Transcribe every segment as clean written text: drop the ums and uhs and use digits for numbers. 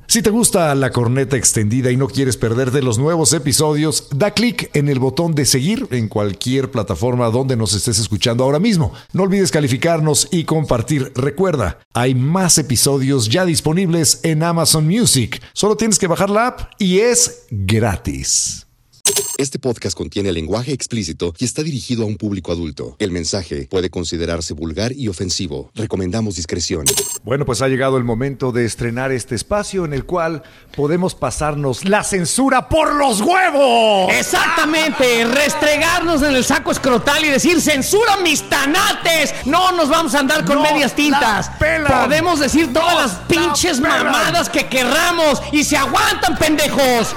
Si te gusta La Corneta Extendida y no quieres perderte los nuevos episodios, da clic en el botón de seguir en cualquier plataforma donde nos estés escuchando ahora mismo. No olvides calificarnos y compartir. Recuerda, hay más episodios ya disponibles en Amazon Music. Solo tienes que bajar la app y es gratis. Este podcast contiene lenguaje explícito y está dirigido a un público adulto. El mensaje puede considerarse vulgar y ofensivo. Recomendamos discreción. Bueno, pues ha llegado el momento de estrenar este espacio en el cual podemos pasarnos la censura por los huevos. Exactamente, restregarnos en el saco escrotal y decir ¡censura mis tanates! No nos vamos a andar con medias tintas. Podemos decir todas las pinches mamadas que querramos y se aguantan, pendejos.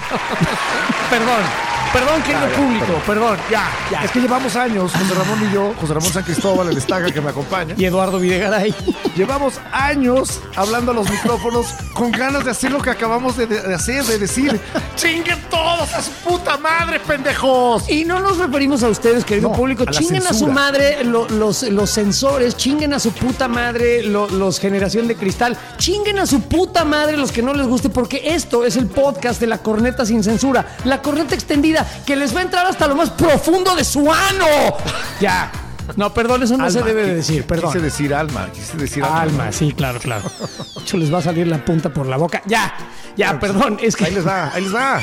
Perdón, querido público, perdón, ya. Es que llevamos años, José Ramón y yo, José Ramón San Cristóbal, el estaca que me acompaña, y Eduardo Videgaray. Llevamos años hablando a los micrófonos con ganas de hacer lo que acabamos de hacer, de decir ¡chinguen todos a su puta madre, pendejos! Y no nos referimos a ustedes, querido público. Chinguen a su madre los censores, chinguen a su puta madre los Generación de Cristal, chinguen a su puta madre los que no les guste, porque esto es el podcast de La Corneta Sin Censura, La Corneta Extendida, que les va a entrar hasta lo más profundo de su ano. Ya. No, perdón, eso no se debe de decir, perdón. Quise decir alma. Alma, sí, claro. De hecho, les va a salir la punta por la boca. Ya, perdón, es que... Ahí les va.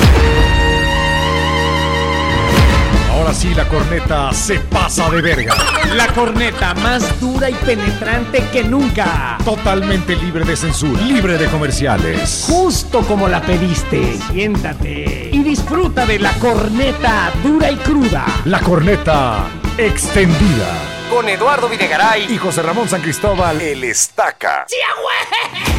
Ahora sí, la corneta se pasa de verga. La corneta más dura y penetrante que nunca. Totalmente libre de censura. Libre de comerciales. Justo como la pediste. Siéntate y disfruta de la corneta dura y cruda. La Corneta Extendida. Con Eduardo Videgaray y José Ramón San Cristóbal, el estaca. ¡Sí, güey!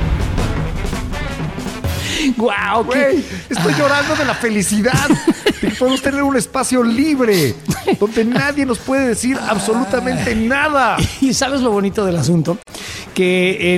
¡Guau! Güey, estoy llorando de la felicidad de que podemos tener un espacio libre donde nadie nos puede decir absolutamente nada. Y ¿sabes lo bonito del asunto? Que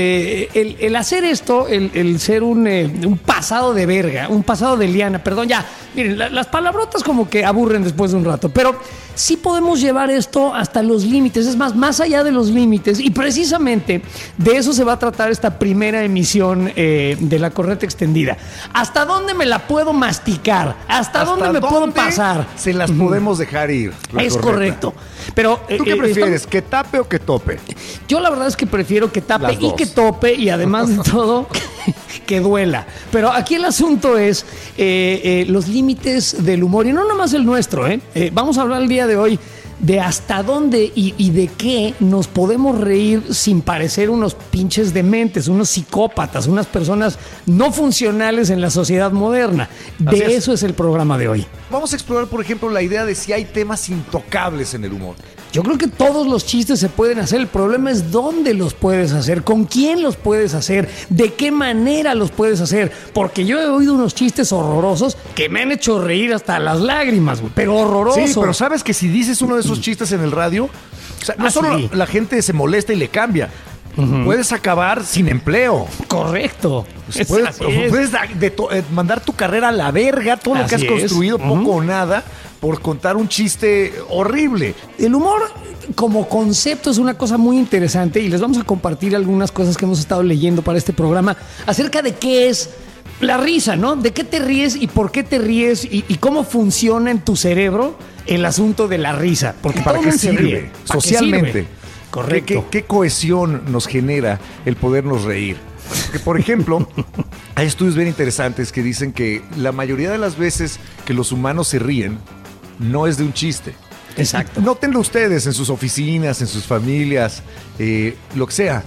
el hacer esto, el ser un pasado de verga, un pasado de liana, perdón, ya, miren, las palabrotas como que aburren después de un rato, pero sí podemos llevar esto hasta los límites, es más allá de los límites, y precisamente de eso se va a tratar esta primera emisión de La Corneta Extendida. ¿Hasta dónde me la puedo masticar? ¿Hasta dónde me puedo pasar? Se las podemos dejar ir. Es correcto. Pero, ¿tú qué prefieres? ¿Que tape o que tope? Yo la verdad es que prefiero que tape y que tope, y además de todo, que duela. Pero aquí el asunto es los límites del humor, y no nomás el nuestro. Vamos a hablar el día de hoy de hasta dónde y de qué nos podemos reír sin parecer unos pinches dementes, unos psicópatas, unas personas no funcionales en la sociedad moderna. De eso es el programa de hoy. Vamos a explorar, por ejemplo, la idea de si hay temas intocables en el humor. Yo creo que todos los chistes se pueden hacer. El problema es dónde los puedes hacer, con quién los puedes hacer, de qué manera los puedes hacer. Porque yo he oído unos chistes horrorosos que me han hecho reír hasta las lágrimas, güey, pero horrorosos. Sí, pero sabes que si dices uno de esos chistes en el radio, o sea, no solo la gente se molesta y le cambia. Puedes acabar sin empleo. Correcto. Puedes mandar tu carrera a la verga, todo lo que has construido, poco o nada, por contar un chiste horrible. El humor como concepto es una cosa muy interesante, y les vamos a compartir algunas cosas que hemos estado leyendo para este programa acerca de qué es la risa, ¿no? ¿De qué te ríes y por qué te ríes y cómo funciona en tu cerebro el asunto de la risa? Porque ¿para qué sirve socialmente? Correcto. ¿Qué cohesión nos genera el podernos reír? Que, por ejemplo, hay estudios bien interesantes que dicen que la mayoría de las veces que los humanos se ríen no es de un chiste. Exacto. Nótenlo ustedes en sus oficinas, en sus familias, lo que sea.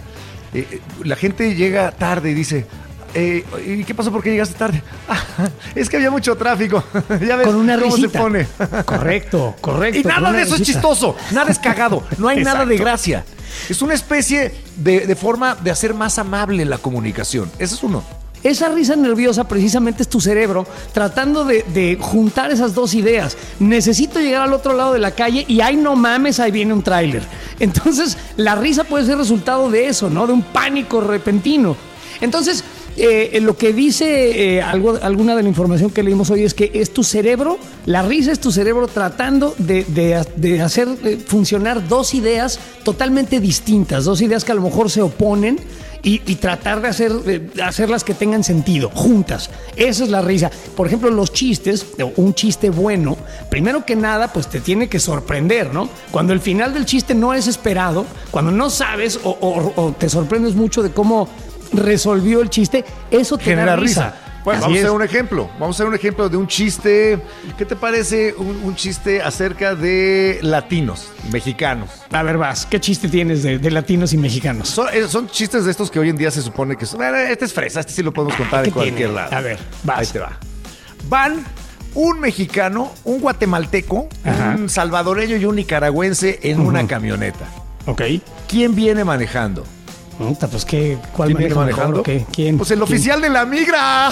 La gente llega tarde y dice... ¿y qué pasó? ¿Por qué llegaste tarde? Es que había mucho tráfico. Ya ves con una cómo risita. se pone. Correcto. Y nada de eso es chistoso, nada es cagado, no hay nada de gracia. Es una especie de forma de hacer más amable la comunicación. Ese es uno. Esa risa nerviosa precisamente es tu cerebro tratando de juntar esas dos ideas. Necesito llegar al otro lado de la calle y ¡ay, no mames! Ahí viene un tráiler. Entonces, la risa puede ser resultado de eso, ¿no? De un pánico repentino. Entonces, lo que dice alguna de la información que leímos hoy es que es tu cerebro, la risa es tu cerebro tratando de hacer funcionar dos ideas totalmente distintas, dos ideas que a lo mejor se oponen y tratar de hacerlas que tengan sentido, juntas. Esa es la risa. Por ejemplo, los chistes, un chiste bueno, primero que nada, pues te tiene que sorprender, ¿no? Cuando el final del chiste no es esperado, cuando no sabes o te sorprendes mucho de cómo resolvió el chiste, eso te genera da risa. Pues Así vamos a es. hacer un ejemplo. Vamos a hacer un ejemplo de un chiste. ¿Qué te parece un chiste acerca de latinos, mexicanos? A ver, vas, ¿qué chiste tienes de latinos y mexicanos? Son chistes de estos que hoy en día se supone que son. Este es fresa, este sí lo podemos contar en ¿Qué tiene? cualquier lado. A ver, vas. Ahí te va. Van un mexicano, un guatemalteco, Ajá. un salvadoreño y un nicaragüense en una camioneta. Ok. ¿Quién viene manejando? Puta, pues, ¿cuál ¿Quién viene maneja mejor manejando? o qué? ¿Quién? Pues el ¿Quién? oficial de la migra.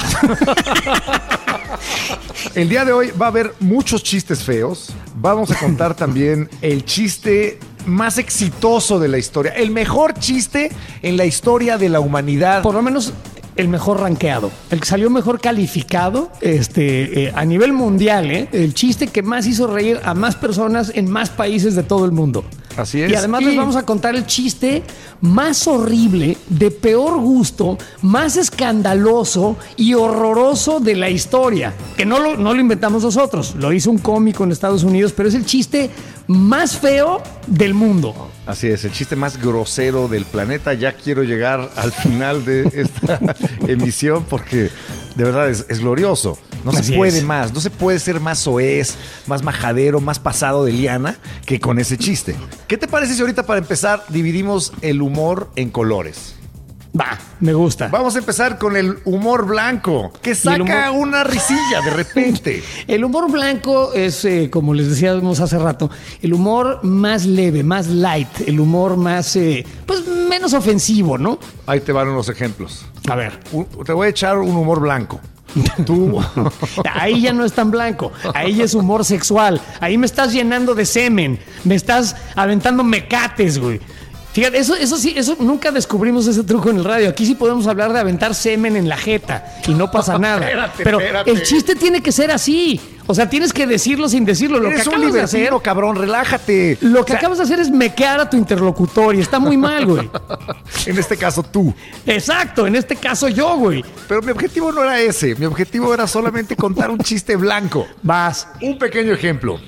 El día de hoy va a haber muchos chistes feos. Vamos a contar también el chiste más exitoso de la historia. El mejor chiste en la historia de la humanidad. Por lo menos el mejor rankeado, el que salió mejor calificado a nivel mundial, el chiste que más hizo reír a más personas en más países de todo el mundo. Así es. Y además les vamos a contar el chiste más horrible, de peor gusto, más escandaloso y horroroso de la historia. Que no lo inventamos nosotros, lo hizo un cómico en Estados Unidos, pero es el chiste más feo del mundo. Así es, el chiste más grosero del planeta. Ya quiero llegar al final de esta emisión porque de verdad es glorioso. No Así se puede es. más, no se puede ser más soez, más majadero, más pasado de liana que con ese chiste. ¿Qué te parece si ahorita para empezar dividimos el humor en colores? Va, me gusta. Vamos a empezar con el humor blanco, que saca una risilla de repente. El humor blanco es, como les decíamos hace rato, el humor más leve, más light, el humor más, pues menos ofensivo, ¿no? Ahí te van unos ejemplos. A ver. Te voy a echar un humor blanco. Tú. Ahí ya no es tan blanco, ahí ya es humor sexual, ahí me estás llenando de semen, me estás aventando mecates, güey. Fíjate, eso sí, nunca descubrimos ese truco en el radio. Aquí sí podemos hablar de aventar semen en la jeta y no pasa nada. Pero el chiste tiene que ser así. O sea, tienes que decirlo sin decirlo. Lo Eres que un acabas de hacer, libertino, cabrón, relájate. lo que acabas de hacer es mequear a tu interlocutor y está muy mal, güey. En este caso, tú. Exacto, en este caso yo, güey. Pero mi objetivo no era ese. Mi objetivo era solamente contar un chiste blanco. Vas. Un pequeño ejemplo.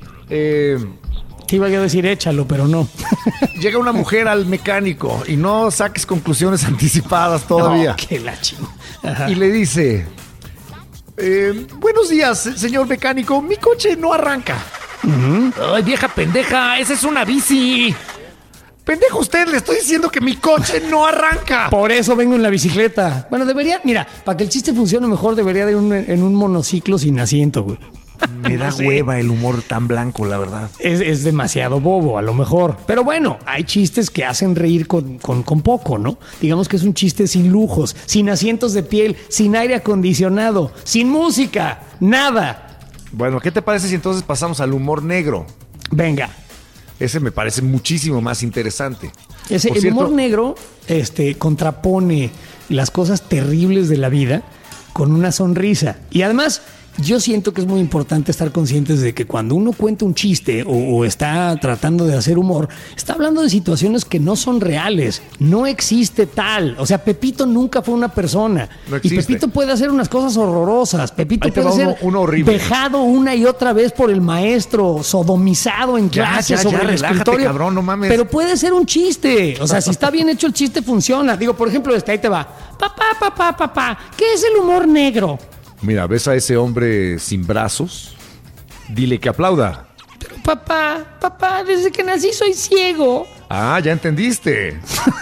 Te iba yo a decir échalo, pero no. Llega una mujer al mecánico y no saques conclusiones anticipadas todavía. No, que la chingada. Y le dice: buenos días, señor mecánico. Mi coche no arranca. Ay, vieja pendeja, esa es una bici. Pendejo usted, le estoy diciendo que mi coche no arranca. Por eso vengo en la bicicleta. Bueno, mira, para que el chiste funcione mejor, debería de ir en un monociclo sin asiento, güey. Me da hueva el humor tan blanco, la verdad. Es demasiado bobo, a lo mejor. Pero bueno, hay chistes que hacen reír con poco, ¿no? Digamos que es un chiste sin lujos, sin asientos de piel, sin aire acondicionado, sin música, nada. Bueno, ¿qué te parece si entonces pasamos al humor negro? Venga. Ese me parece muchísimo más interesante. El humor negro contrapone las cosas terribles de la vida con una sonrisa. Y además, yo siento que es muy importante estar conscientes de que cuando uno cuenta un chiste o está tratando de hacer humor, está hablando de situaciones que no son reales. No existe tal. O sea, Pepito nunca fue una persona. No y existe. Pepito puede hacer unas cosas horrorosas. Pepito Ahí te puede va ser uno horrible. vejado una y otra vez por el maestro, sodomizado en clase sobre el relájate, escritorio. cabrón, no mames. Pero puede ser un chiste. O sea, si está bien hecho el chiste, funciona. Digo, por ejemplo, ahí te va. Papá, ¿qué es el humor negro? Mira, ¿ves a ese hombre sin brazos? Dile que aplauda. Pero papá, desde que nací soy ciego. Ah, ya entendiste.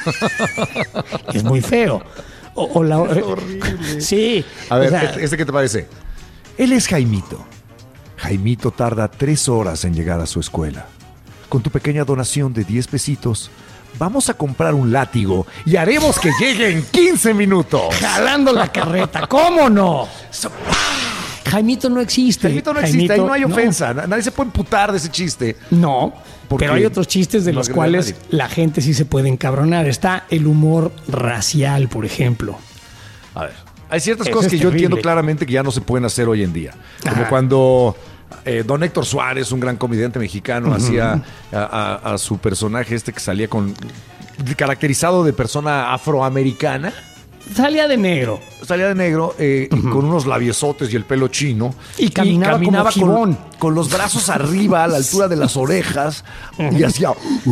Es muy feo. Es horrible. Sí. A ver, o sea, ¿este qué te parece? Él es Jaimito. Jaimito tarda 3 horas en llegar a su escuela. Con tu pequeña donación de 10 pesitos, vamos a comprar un látigo y haremos que llegue en 15 minutos. jalando la carreta. ¿Cómo no? Jaimito no existe. Jaimito no existe, ahí no hay ofensa. Nadie se puede emputar de ese chiste. No, Porque pero hay otros chistes de no los agrega a cuales nadie. la gente sí se puede encabronar. Está el humor racial, por ejemplo. A ver, hay ciertas Eso cosas es que yo terrible. entiendo claramente que ya no se pueden hacer hoy en día. Como Ajá. cuando don Héctor Suárez, un gran comediante mexicano, hacía a su personaje que salía caracterizado de persona afroamericana. Salía de negro. Salía de negro con unos labiosotes y el pelo chino. Y caminaba como gibón. con los brazos arriba a la altura de las orejas y hacía...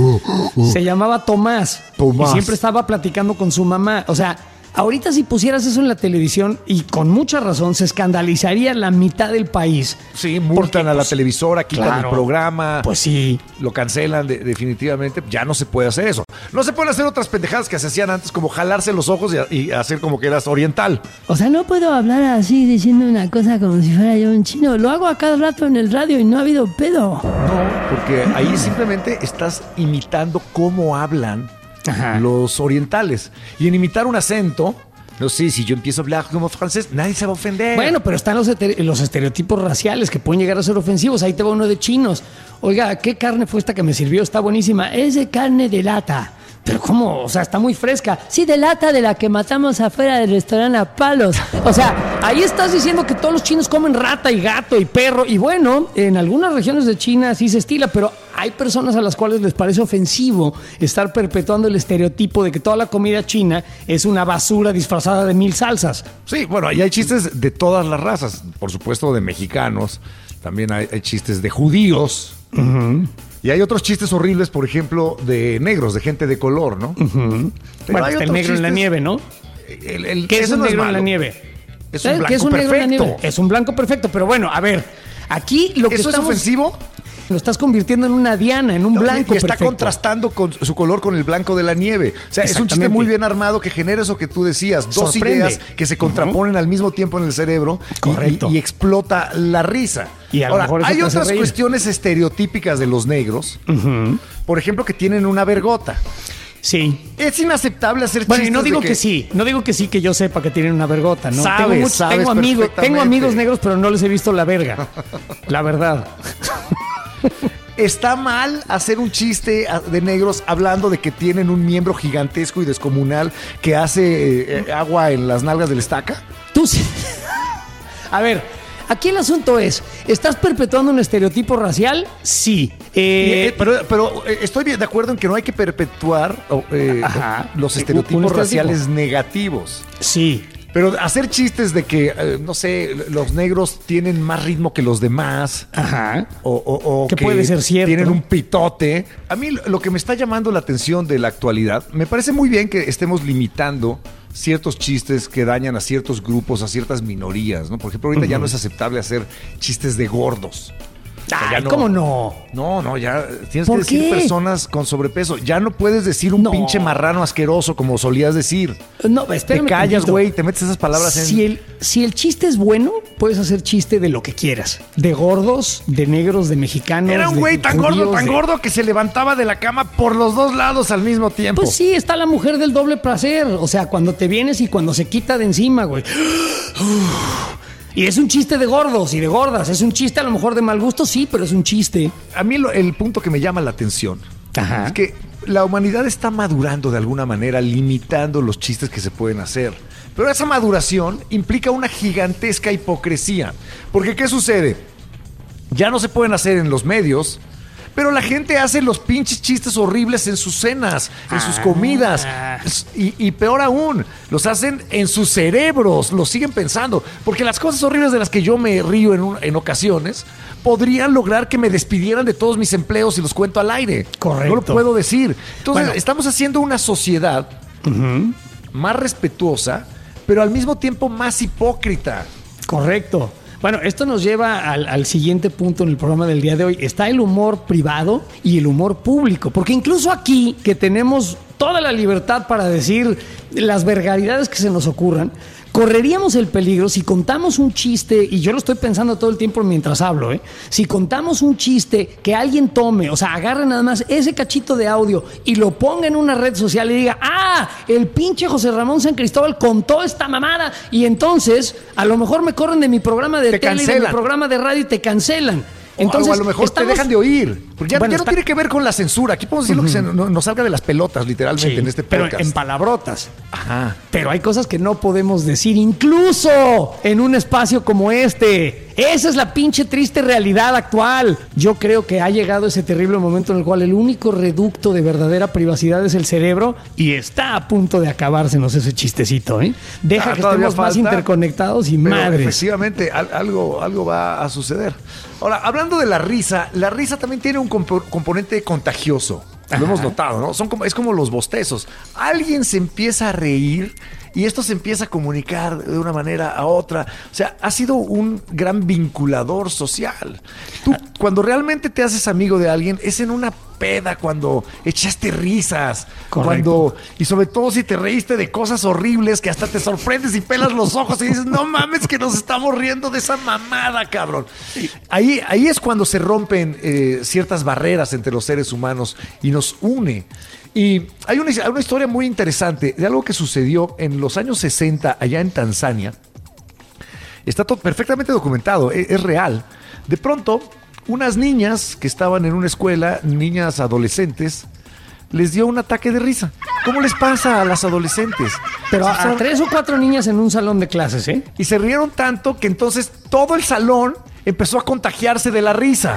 Se llamaba Tomás. Tomás. Y siempre estaba platicando con su mamá. O sea, ahorita si pusieras eso en la televisión, y con mucha razón, se escandalizaría la mitad del país. Sí, multan a la televisora, quitan claro, el programa. Pues sí. Lo cancelan definitivamente. Ya no se puede hacer eso. No se pueden hacer otras pendejadas que se hacían antes, como jalarse los ojos y hacer como que eras oriental. O sea, no puedo hablar así diciendo una cosa como si fuera yo un chino. Lo hago a cada rato en el radio y no ha habido pedo. No, porque ahí simplemente estás imitando cómo hablan Ajá. los orientales. Y en imitar un acento, no sé, si yo empiezo a hablar como francés, nadie se va a ofender. Bueno, pero están los estereotipos raciales que pueden llegar a ser ofensivos. Ahí te va uno de chinos. Oiga, ¿qué carne fue esta que me sirvió? Está buenísima. Es de carne de lata. Pero ¿cómo? O sea, está muy fresca. Sí, de lata de la que matamos afuera del restaurante a palos. O sea, ahí estás diciendo que todos los chinos comen rata y gato y perro. Y bueno, en algunas regiones de China sí se estila, pero hay personas a las cuales les parece ofensivo estar perpetuando el estereotipo de que toda la comida china es una basura disfrazada de 1000 salsas. Sí, bueno, ahí hay chistes de todas las razas. Por supuesto, de mexicanos. También hay chistes de judíos. Y hay otros chistes horribles, por ejemplo, de negros, de gente de color, ¿no? Pero Bueno, hay está el otros negro en la chistes- nieve, ¿no? ¿Qué es eso un no negro en malo. la nieve? Es un ¿Qué blanco es un negro en la perfecto. nieve? Es un blanco perfecto, pero bueno, a ver, aquí lo que ¿Eso es estamos... ofensivo? Lo estás convirtiendo en una diana, en un blanco y está perfecto. contrastando con su color con el blanco de la nieve. O sea, es un chiste Exactamente. muy bien armado que genera eso que tú decías. Dos Sorprende. ideas que se contraponen al mismo tiempo en el cerebro Correcto. y explota la risa. Y a lo Ahora, mejor eso hay te hace otras reír. cuestiones estereotípicas de los negros. Por ejemplo, que tienen una vergota. Sí. Es inaceptable hacer Bueno, y chistes no digo de que sí, no digo que sí que yo sepa que tienen una vergota, ¿no? Sabes tengo perfectamente. amigos negros, pero no les he visto la verga. La verdad. ¿Está mal hacer un chiste de negros hablando de que tienen un miembro gigantesco y descomunal que hace agua en las nalgas del estaca? Tú sí. A ver, aquí el asunto es, ¿estás perpetuando un estereotipo racial? Sí. Pero estoy bien de acuerdo en que no hay que perpetuar Ajá. los Un estereotipos estereotipo. raciales negativos. Sí. Pero hacer chistes de que, no sé, los negros tienen más ritmo que los demás. Ajá. O Que puede ser cierto. Tienen un pitote. A mí lo que me está llamando la atención de la actualidad, me parece muy bien que estemos limitando ciertos chistes que dañan a ciertos grupos, a ciertas minorías, ¿no? Por ejemplo, ahorita ya no es aceptable hacer chistes de gordos. O sea, ya Ay, ¿cómo no? No, ya tienes que ¿Por decir qué? personas con sobrepeso. Ya no puedes decir un No. pinche marrano asqueroso como solías decir. No, espérame Te callas, tantito. güey, te metes esas palabras en... Si el chiste es bueno, puedes hacer chiste de lo que quieras. De gordos, de negros, de mexicanos. Era un de güey tan judíos, gordo que se levantaba de la cama por los dos lados al mismo tiempo. Pues sí, está la mujer del doble placer. O sea, cuando te vienes y cuando se quita de encima, güey. Y es un chiste de gordos y de gordas. Es un chiste a lo mejor de mal gusto, sí, pero es un chiste. A mí el punto que me llama la atención Ajá. es que la humanidad está madurando de alguna manera, limitando los chistes que se pueden hacer. Pero esa maduración implica una gigantesca hipocresía. Porque ¿qué sucede? Ya no se pueden hacer en los medios, pero la gente hace los pinches chistes horribles en sus cenas, en sus comidas. Y peor aún, los hacen en sus cerebros, los siguen pensando. Porque las cosas horribles de las que yo me río en ocasiones podrían lograr que me despidieran de todos mis empleos y los cuento al aire. Correcto. No lo puedo decir. Entonces, Bueno. estamos haciendo una sociedad más respetuosa, pero al mismo tiempo más hipócrita. Correcto. Bueno, esto nos lleva al siguiente punto en el programa del día de hoy. Está el humor privado y el humor público. Porque incluso aquí, que tenemos toda la libertad para decir las vergaridades que se nos ocurran, correríamos el peligro si contamos un chiste, y yo lo estoy pensando todo el tiempo mientras hablo, si contamos un chiste que alguien tome, o sea, agarre nada más ese cachito de audio y lo ponga en una red social y diga, el pinche José Ramón San Cristóbal contó esta mamada, y entonces a lo mejor me corren de mi programa de Te tele y de mi cancelan. programa de radio y te cancelan. Entonces, o a lo mejor te dejan de oír. Porque ya no tiene que ver con la censura. Aquí podemos decir lo que nos salga de las pelotas, literalmente, en este podcast. Pero en palabrotas. Ajá. Pero hay cosas que no podemos decir, incluso en un espacio como este. Esa es la pinche triste realidad actual. Yo creo que ha llegado ese terrible momento en el cual el único reducto de verdadera privacidad es el cerebro y está a punto de acabársenos ese chistecito, ¿eh? Deja que estemos más interconectados y madres. Efectivamente, algo va a suceder. Ahora, hablando de la risa también tiene un componente contagioso. Lo hemos notado, ¿no? Es como los bostezos. Alguien se empieza a reír y esto se empieza a comunicar de una manera a otra. O sea, ha sido un gran vinculador social. Tú, cuando realmente te haces amigo de alguien, es en una peda cuando echaste risas. Y sobre todo si te reíste de cosas horribles que hasta te sorprendes y pelas los ojos y dices, no mames que nos estamos riendo de esa mamada, cabrón. Ahí es cuando se rompen ciertas barreras entre los seres humanos y nos une. Y hay una historia muy interesante de algo que sucedió en los años 60 allá en Tanzania. Está perfectamente documentado, es real. De pronto, unas niñas que estaban en una escuela, niñas adolescentes, les dio un ataque de risa. ¿Cómo les pasa a las adolescentes? Pero a 3 o 4 niñas en un salón de clases, ¿eh? Y se rieron tanto que entonces todo el salón empezó a contagiarse de la risa.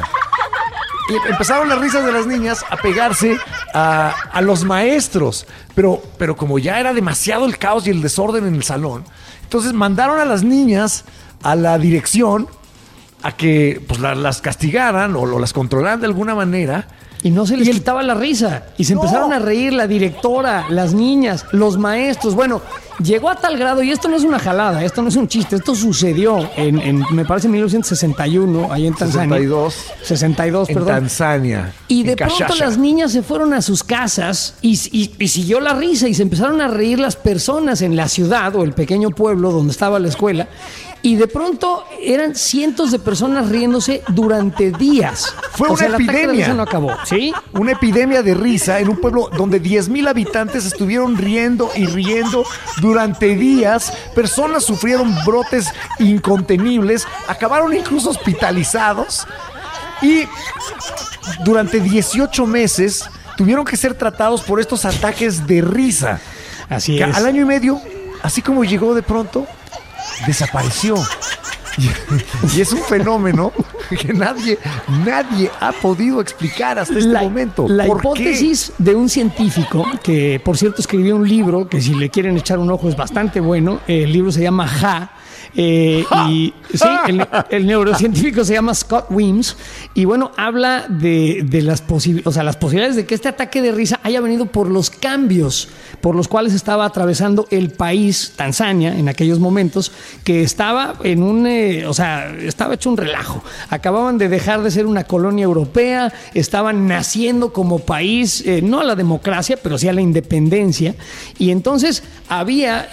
Y empezaron las risas de las niñas a pegarse a los maestros. Pero como ya era demasiado el caos y el desorden en el salón, entonces mandaron a las niñas a la dirección a que pues, las castigaran o las controlaran de alguna manera. Y no se les quitaba la risa. Y se empezaron a reír la directora, las niñas, los maestros. Bueno, llegó a tal grado, y esto no es una jalada, esto no es un chiste, esto sucedió me parece, 1961, ahí en Tanzania. 62, perdón. En Tanzania. Y de pronto las niñas se fueron a sus casas y siguió la risa y se empezaron a reír las personas en la ciudad o el pequeño pueblo donde estaba la escuela. Y de pronto eran cientos de personas riéndose durante días. Fue una epidemia. El ataque de risa no acabó, ¿sí? Una epidemia de risa en un pueblo donde 10,000 habitantes estuvieron riendo y riendo durante días. Personas sufrieron brotes incontenibles, acabaron incluso hospitalizados y durante 18 meses tuvieron que ser tratados por estos ataques de risa. Así es. Al año y medio, así como llegó de pronto, desapareció. Y es un fenómeno que nadie ha podido explicar hasta este momento. La hipótesis de un científico que, por cierto, escribió un libro que, si le quieren echar un ojo, es bastante bueno. El libro se llama y sí, el neurocientífico se llama Scott Weems y bueno, habla de las posibilidades de que este ataque de risa haya venido por los cambios por los cuales estaba atravesando el país, Tanzania, en aquellos momentos, que estaba estaba hecho un relajo. Acababan de dejar de ser una colonia europea, estaban naciendo como país, no a la democracia, pero sí a la independencia, y entonces había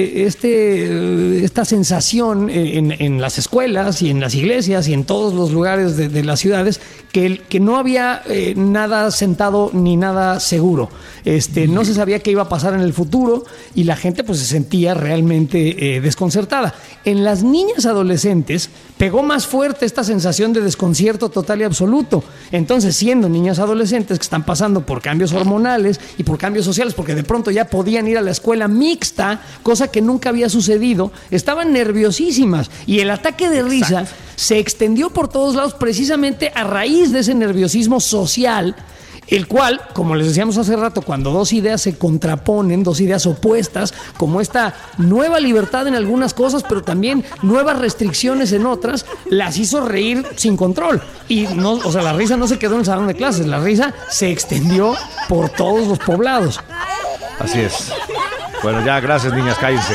esta sensación en las escuelas y en las iglesias y en todos los lugares de las ciudades que no había nada sentado ni nada seguro. No se sabía qué iba a pasar en el futuro y la gente pues se sentía realmente desconcertada. En las niñas adolescentes pegó más fuerte esta sensación de desconcierto total y absoluto. Entonces, siendo niñas adolescentes que están pasando por cambios hormonales y por cambios sociales, porque de pronto ya podían ir a la escuela mixta, cosa que nunca había sucedido, estaban nerviosísimas y el ataque de risa se extendió por todos lados precisamente a raíz de ese nerviosismo social, el cual, como les decíamos hace rato, cuando dos ideas se contraponen, dos ideas opuestas, como esta nueva libertad en algunas cosas, pero también nuevas restricciones en otras, las hizo reír sin control. Y la risa no se quedó en el salón de clases, la risa se extendió por todos los poblados. Así es. Bueno, ya, gracias, niñas, cállense.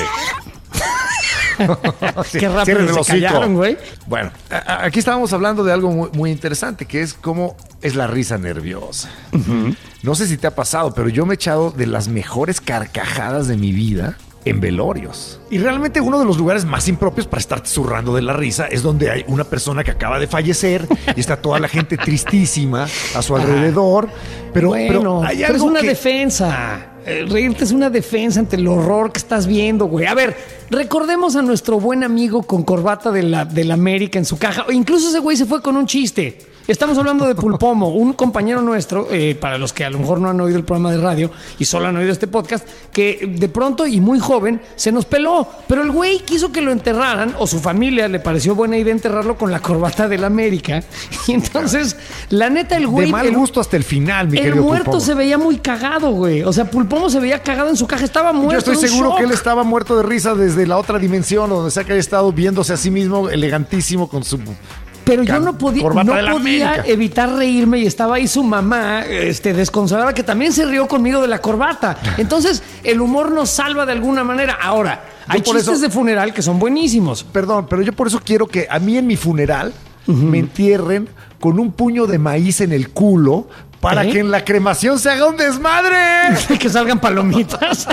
Qué rápido se callaron, güey. Bueno, aquí estábamos hablando de algo muy, muy interesante, que es cómo es la risa nerviosa. Uh-huh. No sé si te ha pasado, pero yo me he echado de las mejores carcajadas de mi vida en velorios. Y realmente uno de los lugares más impropios para estarte zurrando de la risa es donde hay una persona que acaba de fallecer y está toda la gente tristísima a su alrededor. Pero hay algo es una defensa. Reírte es una defensa ante el horror que estás viendo, güey. A ver, recordemos a nuestro buen amigo con corbata de la América en su caja. O incluso ese güey se fue con un chiste. Estamos hablando de Pulpomo, un compañero nuestro, para los que a lo mejor no han oído el programa de radio y solo han oído este podcast, que de pronto y muy joven se nos peló. Pero el güey quiso que lo enterraran, o su familia le pareció buena idea enterrarlo con la corbata de la América. Y entonces, la neta, el güey... De mal gusto hasta el final, mi querido El muerto Pulpomo. se veía muy cagado, güey. O sea, Pulpomo se veía cagado en su caja, estaba muerto. Yo estoy en un seguro shock. que él estaba muerto de risa desde la otra dimensión, donde sea que haya estado viéndose a sí mismo elegantísimo con su... Pero yo no podía corbata de la América. evitar reírme y estaba ahí su mamá desconsolada, que también se rió conmigo de la corbata. Entonces, el humor nos salva de alguna manera. Ahora, hay por chistes eso- de funeral que son buenísimos. Perdón, pero yo por eso quiero que a mí en mi funeral me entierren con un puño de maíz en el culo para ¿Eh? que en la cremación se haga un desmadre. Que salgan palomitas.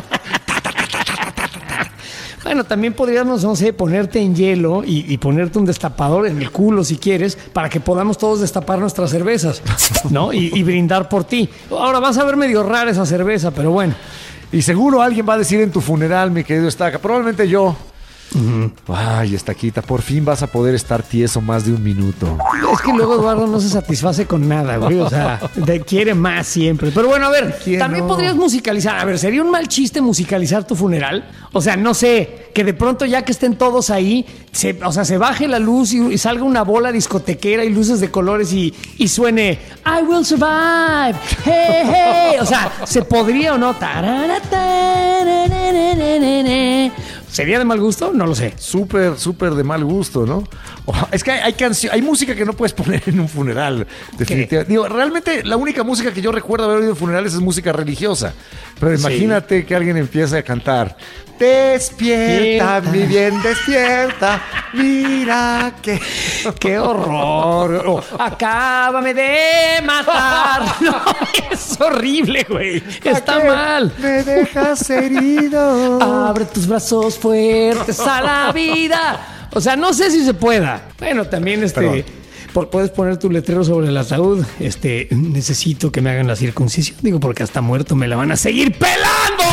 Bueno, también podríamos, no sé, ponerte en hielo y ponerte un destapador en el culo si quieres, para que podamos todos destapar nuestras cervezas, ¿no? Y brindar por ti. Ahora vas a ver medio rara esa cerveza, pero bueno. Y seguro alguien va a decir en tu funeral, mi querido Estaca, probablemente yo. Ay, Estaquita, por fin vas a poder estar tieso más de un minuto. Es que luego Eduardo no se satisface con nada, güey. O sea, quiere más siempre. Pero bueno, a ver, ¿Quién también no? podrías musicalizar. A ver, ¿sería un mal chiste musicalizar tu funeral? O sea, no sé, que de pronto ya que estén todos ahí, se baje la luz y salga una bola discotequera y luces de colores y suene I will survive, hey, hey. O sea, ¿se podría o no? ¿Sería de mal gusto? No lo sé. Súper, súper de mal gusto, ¿no? Es que hay música que no puedes poner en un funeral, definitivamente. Digo, realmente la única música que yo recuerdo haber oído en funerales es música religiosa. Pero imagínate que alguien empiece a cantar Despierta, mi bien, despierta, mira que... ¡Qué horror! Oh, acábame de matar. No, es horrible, güey. Está ¿Qué? mal. Me dejas herido. Abre tus brazos fuertes a la vida. O sea, no sé si se pueda. Bueno, también Perdón. puedes poner tu letrero sobre el ataúd. Necesito que me hagan la circuncisión. Digo, porque hasta muerto me la van a seguir pelando.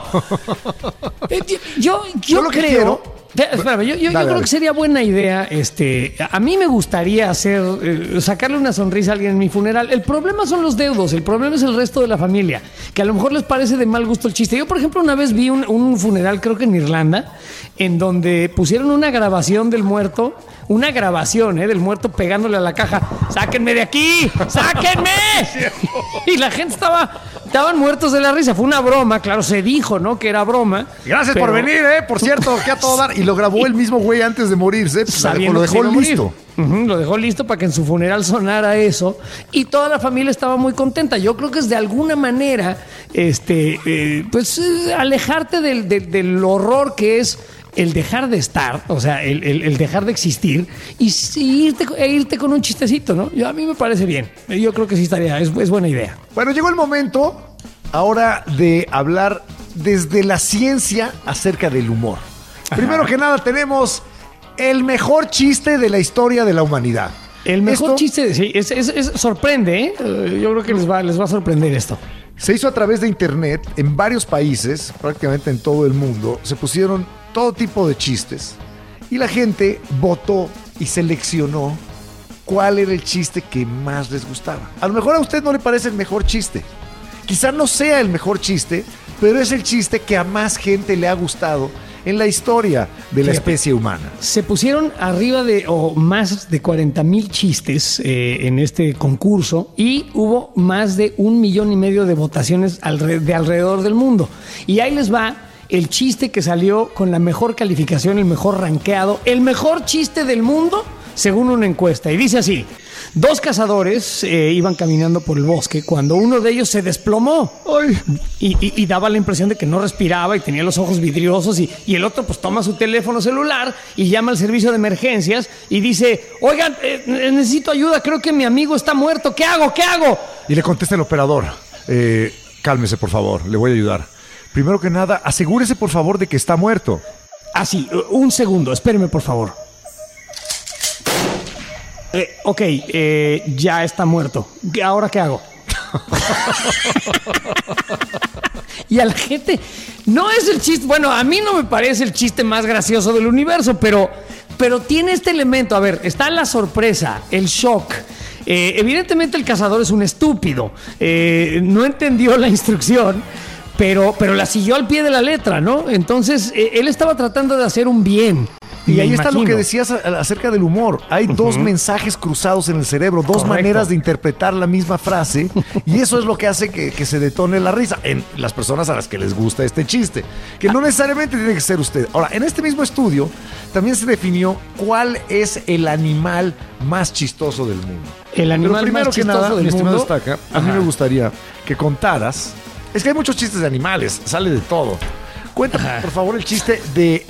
Yo lo que creo. quiero- Espérame, yo Dale, creo dale. que sería buena idea. A mí me gustaría sacarle una sonrisa a alguien en mi funeral. El problema son los deudos, el problema es el resto de la familia, que a lo mejor les parece de mal gusto el chiste. Yo, por ejemplo, una vez vi un funeral, creo que en Irlanda, en donde pusieron una grabación del muerto, del muerto pegándole a la caja. ¡Sáquenme de aquí! ¡Sáquenme! Y la gente estaban muertos de la risa. Fue una broma, claro, se dijo, ¿no? Que era broma. Gracias pero- por venir, por cierto, que a todo dar. Y lo grabó el mismo güey antes de morirse. Pues, sabiendo lo que dejó se iba a morir. listo. Ujú, lo dejó listo para que en su funeral sonara eso y toda la familia estaba muy contenta. Yo creo que es de alguna manera alejarte del horror que es el dejar de estar, o sea, el dejar de existir y irte con un chistecito, ¿no? A mí me parece bien. Yo creo que sí es buena idea. Bueno, llegó el momento ahora de hablar desde la ciencia acerca del humor. Primero que nada tenemos el mejor chiste de la historia de la humanidad. El mejor Esto chiste, sí, sorprende, ¿eh? Yo creo que les va a sorprender esto. se hizo a través de internet en varios países, prácticamente en todo el mundo. Se pusieron todo tipo de chistes y la gente votó y seleccionó cuál era el chiste que más les gustaba. A lo mejor a usted no le parece el mejor chiste. Quizá no sea el mejor chiste, pero es el chiste que a más gente le ha gustado en la historia de la especie humana. Se pusieron arriba o más de 40,000 chistes en este concurso y hubo más de 1,5 millones de votaciones de alrededor del mundo. Y ahí les va el chiste que salió con la mejor calificación, el mejor rankeado, el mejor chiste del mundo, según una encuesta. Y dice así: 2 cazadores iban caminando por el bosque cuando uno de ellos se desplomó. ¡Ay! Y daba la impresión de que no respiraba y tenía los ojos vidriosos y el otro pues toma su teléfono celular y llama al servicio de emergencias y dice: oigan, necesito ayuda, creo que mi amigo está muerto, ¿qué hago? Y le contesta el operador: cálmese, por favor, le voy a ayudar. Primero que nada, asegúrese, por favor, de que está muerto. Así, un segundo, espéreme, por favor. Ok, ya está muerto. ¿Ahora qué hago? Y a la gente no es el chiste, bueno, a mí no me parece el chiste más gracioso del universo, pero tiene este elemento. A ver, está la sorpresa, el shock. Evidentemente el cazador es un estúpido, no entendió la instrucción, pero la siguió al pie de la letra, ¿no? Entonces él estaba tratando de hacer un bien. Y ahí está lo que decías acerca del humor. Hay dos mensajes cruzados en el cerebro, dos maneras de interpretar la misma frase, y eso es lo que hace que se detone la risa en las personas a las que les gusta este chiste, que no necesariamente tiene que ser usted. Ahora, en este mismo estudio también se definió cuál es el animal más chistoso del mundo. El animal primero más que chistoso nada, del mi estimado mundo. Estaca, a mí me gustaría que contaras. Es que hay muchos chistes de animales, sale de todo. Cuéntame, por favor, el chiste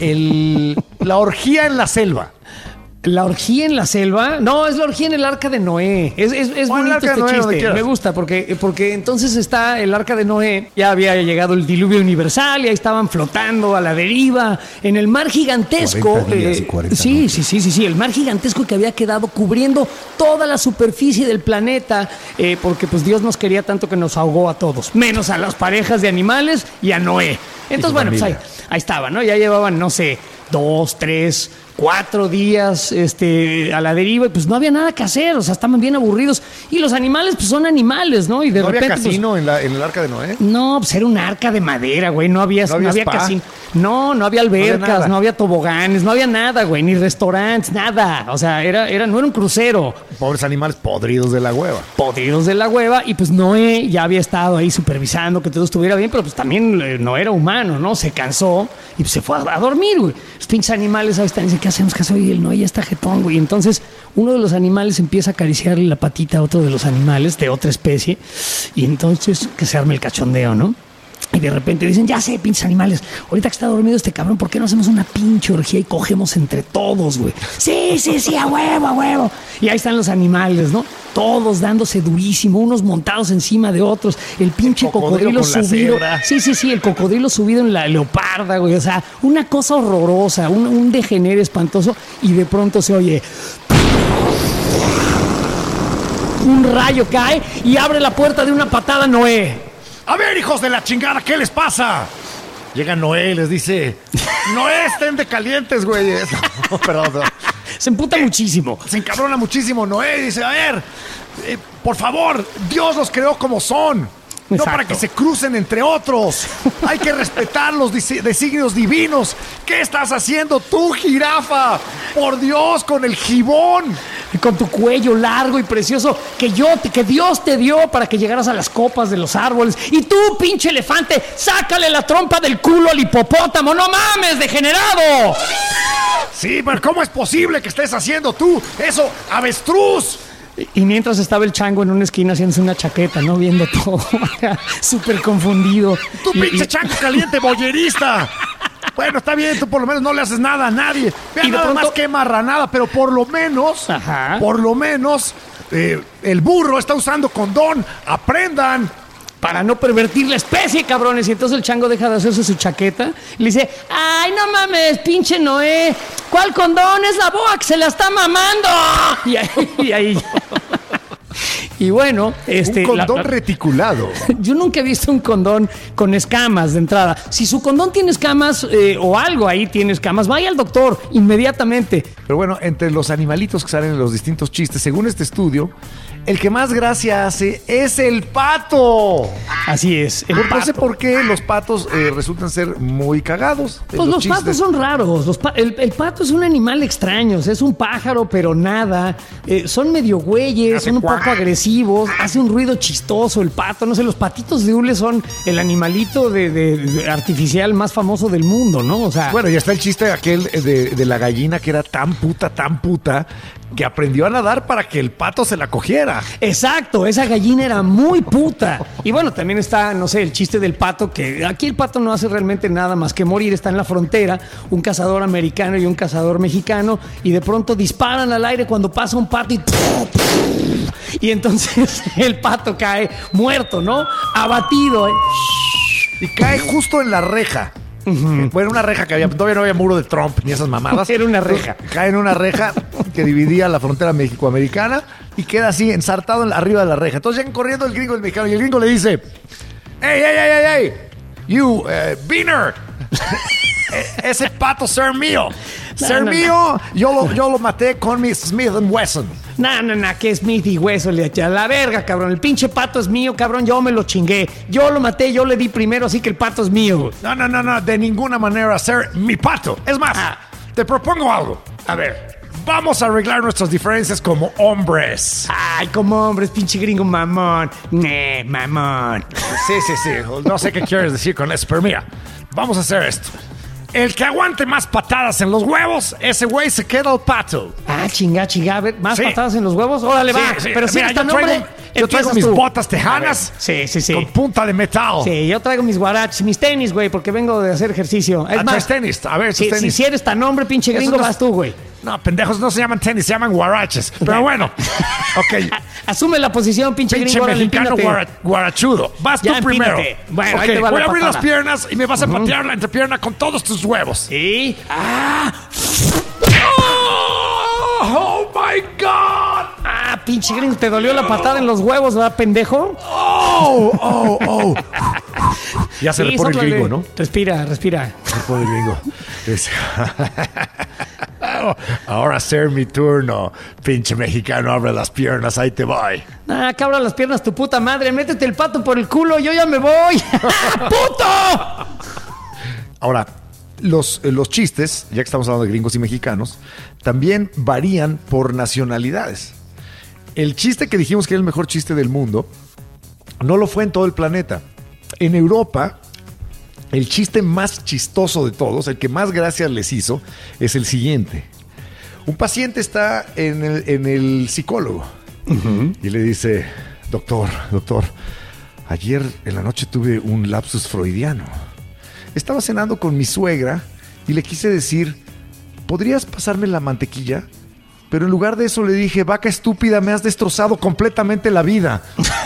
de la orgía en la selva. ¿La orgía en la selva? No, es la orgía en el arca de Noé. Es bonito este chiste. Me gusta porque entonces está el arca de Noé. Ya había llegado el diluvio universal y ahí estaban flotando a la deriva en el mar gigantesco. 40 días y 40 Sí, el mar gigantesco que había quedado cubriendo toda la superficie del planeta, porque pues Dios nos quería tanto que nos ahogó a todos, menos a las parejas de animales y a Noé. Entonces, bueno, pues ahí estaba, ¿no? Ya llevaban, no sé, 2, 3, 4 días a la deriva y pues no había nada que hacer, o sea, estaban bien aburridos. Y los animales, pues son animales, ¿no? Y de repente, había casino en el arca de Noé? No, pues era un arca de madera, güey, no había casino. No había albercas, no había toboganes, no había nada, güey, ni restaurantes, nada. O sea, no era un crucero. Pobres animales podridos de la hueva. Podridos de la hueva, y pues Noé ya había estado ahí supervisando que todo estuviera bien, pero pues también no era humano, ¿no? Se cansó y pues se fue a dormir, güey. Los pinches animales ahí están y dicen, ¿qué hacemos? ¿Qué hacemos? Y el Noé ya está jetón, güey. Entonces uno de los animales empieza a acariciarle la patita a otro de los animales de otra especie, y entonces que se arme el cachondeo, ¿no? Y de repente dicen, ya sé, pinches animales, ahorita que está dormido este cabrón, ¿por qué no hacemos una pinche orgía y cogemos entre todos, güey? Sí, a huevo, a huevo. Y ahí están los animales, ¿no? Todos dándose durísimo, unos montados encima de otros, el pinche cocodrilo subido. Sí, el cocodrilo subido en la leoparda, güey. O sea, una cosa horrorosa, un degenere espantoso, y de pronto se oye... un rayo cae y abre la puerta de una patada Noé. A ver, hijos de la chingada, ¿qué les pasa? Llega Noé y les dice, Noé, estén de calientes, güeyes. No, perdón. Se emputa muchísimo. Se encabrona muchísimo Noé y dice, a ver, por favor, Dios los creó como son. No para que se crucen entre otros. Hay que respetar los designios divinos. ¿Qué estás haciendo tú, jirafa? Por Dios, con el gibón. Y con tu cuello largo y precioso que Dios te dio para que llegaras a las copas de los árboles. Y tú, pinche elefante, sácale la trompa del culo al hipopótamo. ¡No mames, degenerado! Sí, pero ¿cómo es posible que estés haciendo tú eso, avestruz? Y mientras estaba el chango en una esquina haciéndose una chaqueta, ¿no? Viendo todo, súper confundido. ¡Tú pinche chango caliente, boyerista! Bueno, está bien, tú por lo menos no le haces nada a nadie. Vean, y nada pronto... más que marranada, pero por lo menos, el burro está usando condón. ¡Aprendan! Para no pervertir la especie, cabrones. Y entonces el chango deja de hacerse su chaqueta y le dice, ¡ay, no mames, pinche Noé! ¿Cuál condón? Es la boa que se la está mamando. Y ahí y bueno, un condón reticulado. Yo nunca he visto un condón con escamas de entrada. Si su condón tiene escamas o algo ahí tiene escamas, vaya al doctor inmediatamente. Pero bueno, entre los animalitos que salen en los distintos chistes, según este estudio, el que más gracia hace es el pato. Así es, el pato. No sé por qué los patos resultan ser muy cagados. Pues los patos son raros. El pato es un animal extraño. O sea, es un pájaro, pero nada. Son medio güeyes, son un poco agresivos. Hace un ruido chistoso el pato. No sé, los patitos de hule son el animalito de artificial más famoso del mundo, ¿no? O sea, bueno, ya está el chiste aquel de la gallina que era tan puta, que aprendió a nadar para que el pato se la cogiera. Exacto, esa gallina era muy puta. Y bueno, también está, no sé, el chiste del pato, que aquí el pato no hace realmente nada más que morir. Está en la frontera, un cazador americano y un cazador mexicano, y de pronto disparan al aire cuando pasa un pato y entonces el pato cae muerto, ¿no? Abatido. Y cae justo en la reja. Bueno, una reja que todavía no había muro de Trump ni esas mamadas. Era una reja. Cae en una reja que dividía la frontera mexicoamericana y queda así ensartado arriba de la reja. Entonces llegan corriendo el gringo y el mexicano, y el gringo le dice, ¡Ey! You, Beaner. Ese pato ser mío. Yo lo maté con mi Smith & Wesson. No, que Smith y Wesson, a la verga, cabrón. El pinche pato es mío, cabrón. Yo me lo chingué. Yo lo maté, yo le di primero, así que el pato es mío. No. De ninguna manera ser mi pato. Es más, te propongo algo. A ver, vamos a arreglar nuestras diferencias como hombres. Ay, como hombres, pinche gringo mamón. Mamón. Sí. No sé qué quieres decir con eso, pero mira, vamos a hacer esto. El que aguante más patadas en los huevos, ese güey se queda el pato. Chinga. A ver, ¿más patadas en los huevos? Órale, va. Sí. Pero si mira, yo traigo mis botas tejanas. Sí. Con punta de metal. Sí, yo traigo mis guaraches, mis tenis, güey, porque vengo de hacer ejercicio. Es más, tenis. A ver, tenis. Si eres tan hombre, pinche gringo, vas tú, güey. No, pendejos, no se llaman tenis, se llaman guaraches. Pero bueno, ok. Asume la posición, pinche gringo. Mexicano guarachudo. Vas tú primero. Bueno, okay, ahí te va voy la a abrir patada. las piernas y me vas a patear la entrepierna con todos tus huevos. Sí. Oh my God. Pinche gringo, ¿te dolió la patada en los huevos, verdad, pendejo? Oh. Ya se repone el gringo, ¿no? Respira. Se repone el gringo. Ahora ser mi turno. Pinche mexicano, abre las piernas, ahí te voy. Que abra las piernas tu puta madre. Métete el pato por el culo, yo ya me voy. ¡Puto! Ahora, los chistes, ya que estamos hablando de gringos y mexicanos, también varían por nacionalidades. El chiste que dijimos que era el mejor chiste del mundo, no lo fue en todo el planeta. En Europa, el chiste más chistoso de todos, el que más gracias les hizo, es el siguiente. Un paciente está en el psicólogo y le dice, doctor, ayer en la noche tuve un lapsus freudiano. Estaba cenando con mi suegra y le quise decir, ¿podrías pasarme la mantequilla? Pero en lugar de eso le dije, vaca estúpida, me has destrozado completamente la vida.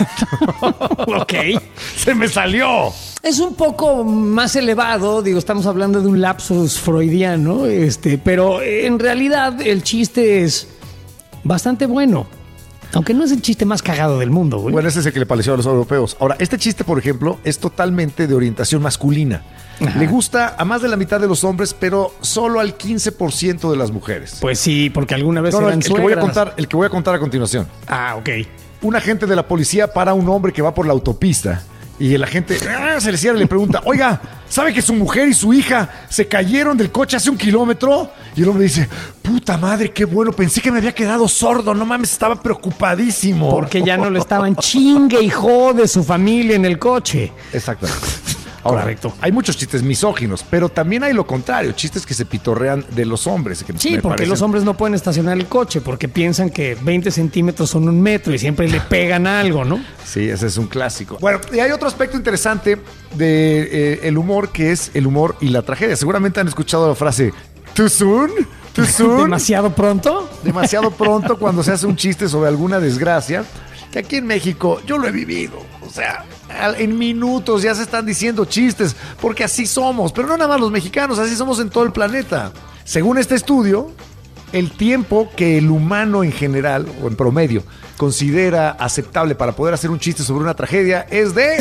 Ok. Se me salió. Es un poco más elevado, digo, estamos hablando de un lapsus freudiano, pero en realidad el chiste es bastante bueno. Aunque no es el chiste más cagado del mundo, güey. Bueno, ese es el que le pareció a los europeos. Ahora, este chiste, por ejemplo, es totalmente de orientación masculina. Ajá. Le gusta a más de la mitad de los hombres, pero solo al 15% de las mujeres. Pues sí, porque alguna vez eran el que voy a contar a continuación. Ok. Un agente de la policía para a un hombre que va por la autopista. Y el agente se le cierra y le pregunta, oiga, ¿sabe que su mujer y su hija se cayeron del coche hace 1 kilómetro? Y el hombre dice, puta madre, qué bueno, pensé que me había quedado sordo, no mames, estaba preocupadísimo. Porque ya no le estaban chingue y jode su familia en el coche. Exactamente. Ahora, correcto. Hay muchos chistes misóginos, pero también hay lo contrario, chistes que se pitorrean de los hombres. Que sí, porque los hombres no pueden estacionar el coche porque piensan que 20 centímetros son 1 metro y siempre le pegan algo, ¿no? Sí, ese es un clásico. Bueno, y hay otro aspecto interesante de el humor, que es el humor y la tragedia. Seguramente han escuchado la frase, ¿too soon? ¿Too soon? ¿Demasiado pronto? Demasiado pronto cuando se hace un chiste sobre alguna desgracia. Que aquí en México yo lo he vivido. O sea, en minutos ya se están diciendo chistes, porque así somos. Pero no nada más los mexicanos, así somos en todo el planeta. Según este estudio, el tiempo que el humano en general, o en promedio, considera aceptable para poder hacer un chiste sobre una tragedia es de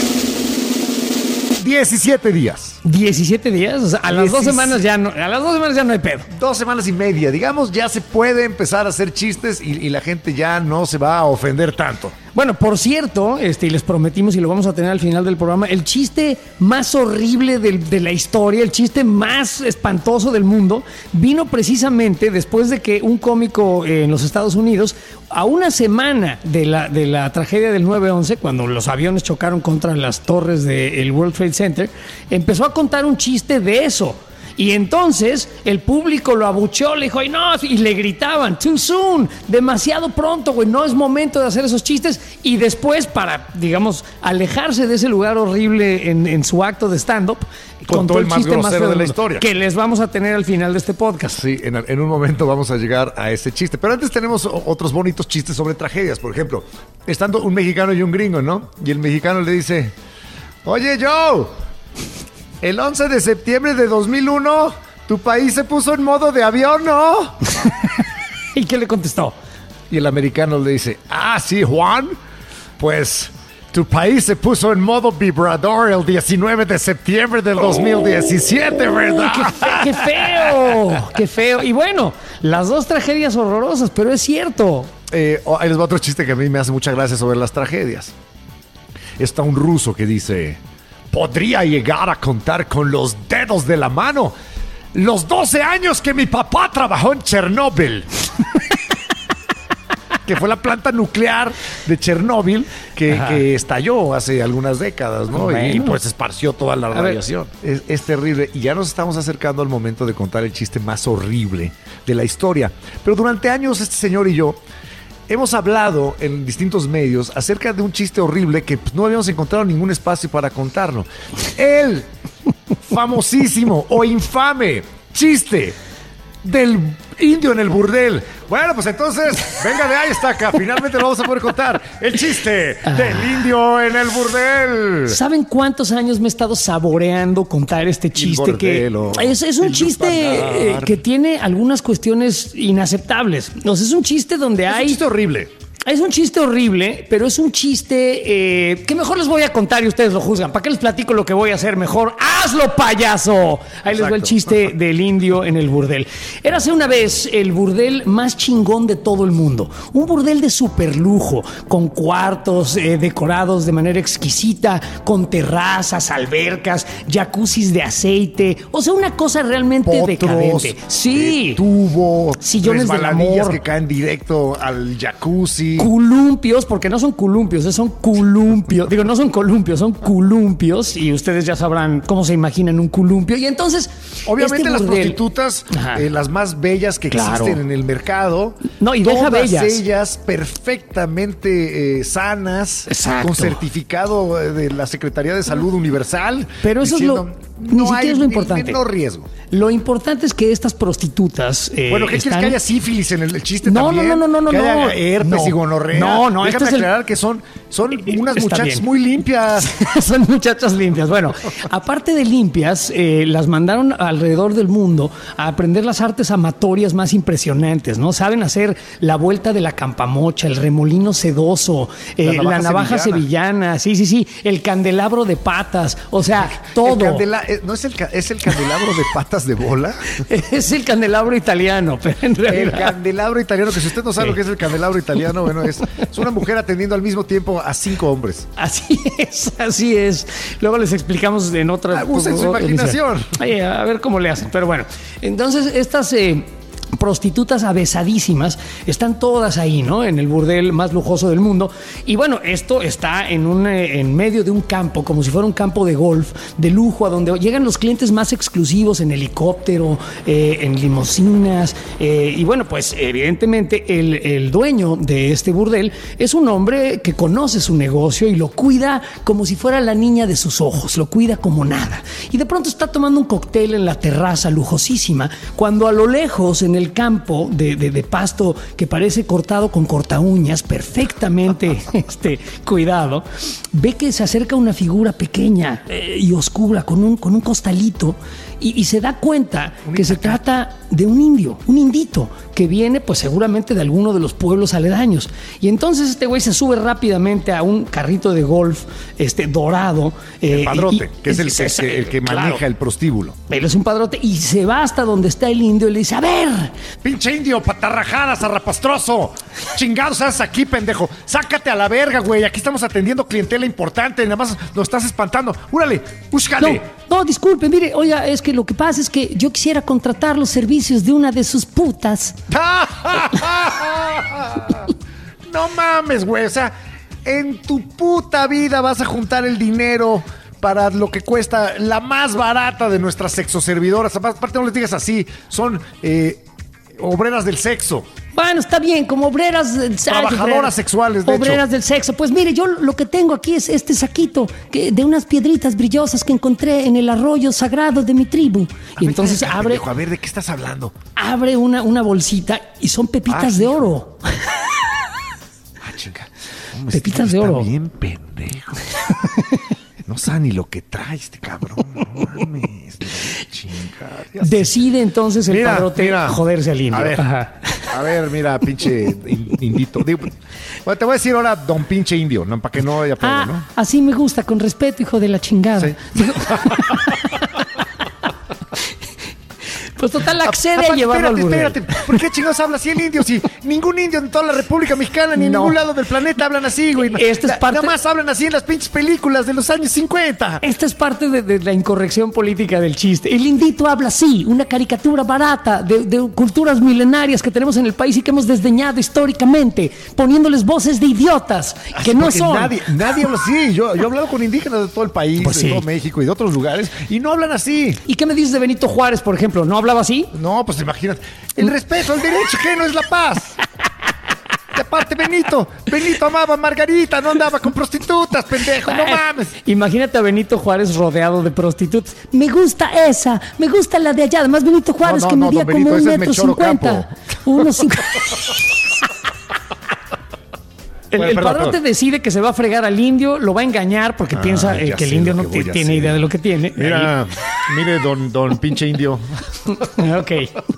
17 días. ¿17 días? O sea, a las 2 semanas ya no, hay pedo. 2 semanas y media, digamos, ya se puede empezar a hacer chistes y la gente ya no se va a ofender tanto. Bueno, por cierto, y les prometimos y lo vamos a tener al final del programa, el chiste más horrible de la historia, el chiste más espantoso del mundo, vino precisamente después de que un cómico en los Estados Unidos, a una semana de la tragedia del 9/11, cuando los aviones chocaron contra las torres del World Trade Center, empezó a contar un chiste de eso. Y entonces el público lo abucheó, le dijo, y le gritaban, too soon, demasiado pronto, güey, no es momento de hacer esos chistes. Y después, para, digamos, alejarse de ese lugar horrible en su acto de stand-up, contó el más grosero de la historia, que les vamos a tener al final de este podcast. Sí, en un momento vamos a llegar a ese chiste. Pero antes tenemos otros bonitos chistes sobre tragedias. Por ejemplo, estando un mexicano y un gringo, ¿no? Y el mexicano le dice, oye, Joe, el 11 de septiembre de 2001, tu país se puso en modo de avión, ¿no? ¿Y qué le contestó? Y el americano le dice, sí, Juan, pues Tu país se puso en modo vibrador el 19 de septiembre del 2017, ¿verdad? ¡Qué feo! ¡Qué feo! Y bueno, las dos tragedias horrorosas, pero es cierto. Ahí les va otro chiste que a mí me hace mucha gracia sobre las tragedias. Está un ruso que dice: podría llegar a contar con los dedos de la mano los 12 años que mi papá trabajó en Chernóbil. Que fue la planta nuclear de Chernóbil que estalló hace algunas décadas, ¿no? Bueno. Y pues esparció toda la radiación. Es terrible. Y ya nos estamos acercando al momento de contar el chiste más horrible de la historia. Pero durante años este señor y yo hemos hablado en distintos medios acerca de un chiste horrible que pues, no habíamos encontrado ningún espacio para contarlo. El famosísimo o infame chiste del indio en el burdel. Bueno, pues entonces, venga de ahí hasta acá. Finalmente lo vamos a poder contar. El chiste del indio en el burdel. ¿Saben cuántos años me he estado saboreando contar este chiste? Que es un chiste que tiene algunas cuestiones inaceptables. O sea, es un chiste donde hay... Es un chiste horrible. Es un chiste horrible, pero es un chiste que mejor les voy a contar y ustedes lo juzgan. ¿Para qué les platico lo que voy a hacer? Mejor ¡hazlo, payaso! Ahí les va el chiste del indio en el burdel. Érase una vez el burdel más chingón de todo el mundo. Un burdel de super lujo, con cuartos decorados de manera exquisita, con terrazas, albercas, jacuzzis de aceite. O sea, una cosa realmente decadente. Sí. Tubos, sillones del amor que caen directo al jacuzzi. Columpios, porque no son columpios, son columpios. Digo, no son columpios, son columpios. Y ustedes ya sabrán cómo se imaginan un columpio. Y entonces, obviamente las prostitutas, las más bellas que existen en el mercado. No, y deja bellas. Todas ellas perfectamente sanas, exacto, con certificado de la Secretaría de Salud Universal. Pero eso diciendo, ni siquiera es lo importante. No riesgo. Lo importante es que estas prostitutas. Bueno, ¿qué quieres que haya sífilis en el chiste no, también? No. Que haya herpes y gonorrea. No, déjame aclarar que son unas muchachas muy limpias. Son muchachas limpias. Bueno, aparte de limpias, las mandaron alrededor del mundo a aprender las artes amatorias más impresionantes, ¿no? Saben hacer la vuelta de la campamocha, el remolino sedoso, la navaja sevillana, sí, el candelabro de patas, o sea, todo. ¿No es el candelabro de patas de bola? Es el candelabro italiano, pero en realidad... El candelabro italiano, que si usted no sabe lo que es el candelabro italiano, bueno, es una mujer atendiendo al mismo tiempo a 5 hombres. Así es. Luego les explicamos en otra... Usen su imaginación. A ver cómo le hacen. Pero bueno, entonces estas... prostitutas avesadísimas están todas ahí, ¿no? En el burdel más lujoso del mundo. Y bueno, esto está en medio de un campo, como si fuera un campo de golf de lujo, a donde llegan los clientes más exclusivos en helicóptero, en limusinas. Y bueno, pues evidentemente el dueño de este burdel es un hombre que conoce su negocio y lo cuida como si fuera la niña de sus ojos, lo cuida como nada. Y de pronto está tomando un cóctel en la terraza lujosísima, cuando a lo lejos, en el campo de pasto que parece cortado con corta uñas, perfectamente cuidado, ve que se acerca una figura pequeña y oscura con un costalito y se da cuenta que se trata de un indio, un indito, que viene pues seguramente de alguno de los pueblos aledaños. Y entonces este güey se sube rápidamente a un carrito de golf dorado. El padrote, que es el que maneja el prostíbulo. Él es un padrote y se va hasta donde está el indio y le dice: a ver, pinche indio, patarrajada, zarrapastroso, chingados haces aquí, pendejo, sácate a la verga, güey, aquí estamos atendiendo clientela importante, nada más nos estás espantando, úrale, búscale. No, disculpe, mire, oiga, es que lo que pasa es que yo quisiera contratar los servicios de una de sus putas. No mames, güey, o sea, en tu puta vida vas a juntar el dinero para lo que cuesta la más barata de nuestras sexoservidoras. Aparte, no les digas así, son obreras del sexo. Bueno, está bien, como obreras... Trabajadoras sexuales, de obreras hecho. del sexo. Pues mire, yo lo que tengo aquí es este saquito de unas piedritas brillosas que encontré en el arroyo sagrado de mi tribu. Y entonces abre... Pendejo, a ver, ¿de qué estás hablando? Abre una bolsita y son pepitas de oro. Chinga. Pepitas de oro. Está bien pendejo. No sabe ni lo que trae este cabrón. No mames. Decide entonces el padrote joderse al indio. A ver, A ver, mira, pinche indito. Digo, bueno, te voy a decir ahora don pinche indio, ¿no? Para que no haya pedo, ¿no? Así me gusta, con respeto, hijo de la chingada. Sí. Pues total, accede a llevarlo al burdel. Espérate, ¿por qué chingados habla así el indio? Si ningún indio en toda la República Mexicana ni en ningún lado del planeta hablan así, güey. Nada más hablan así en las pinches películas de los años 50. Esta es parte de la incorrección política del chiste. El indito habla así, una caricatura barata de culturas milenarias que tenemos en el país y que hemos desdeñado históricamente, poniéndoles voces de idiotas que no son. Nadie habla así. Yo he hablado con indígenas de todo el país, Pues de sí. todo México y de otros lugares, y no hablan así. ¿Y qué me dices de Benito Juárez, por ejemplo? ¿No hablaba así? No, pues imagínate. El respeto al derecho ajeno es la paz. Y aparte, Benito amaba a Margarita, no andaba con prostitutas, pendejo, no mames. Imagínate a Benito Juárez rodeado de prostitutas. Me gusta esa, me gusta la de allá. Además, Benito Juárez, No, que no, medía don como Benito, ese es 1,50 m. Melchor Ocampo. El Bueno, perdón, padrote perdón. decide que se va a fregar al indio, lo va a engañar porque piensa ya que el sé indio lo no que voy a tiene hacer. idea de lo que tiene. Mira, mire, don pinche indio. Ahí. Ok.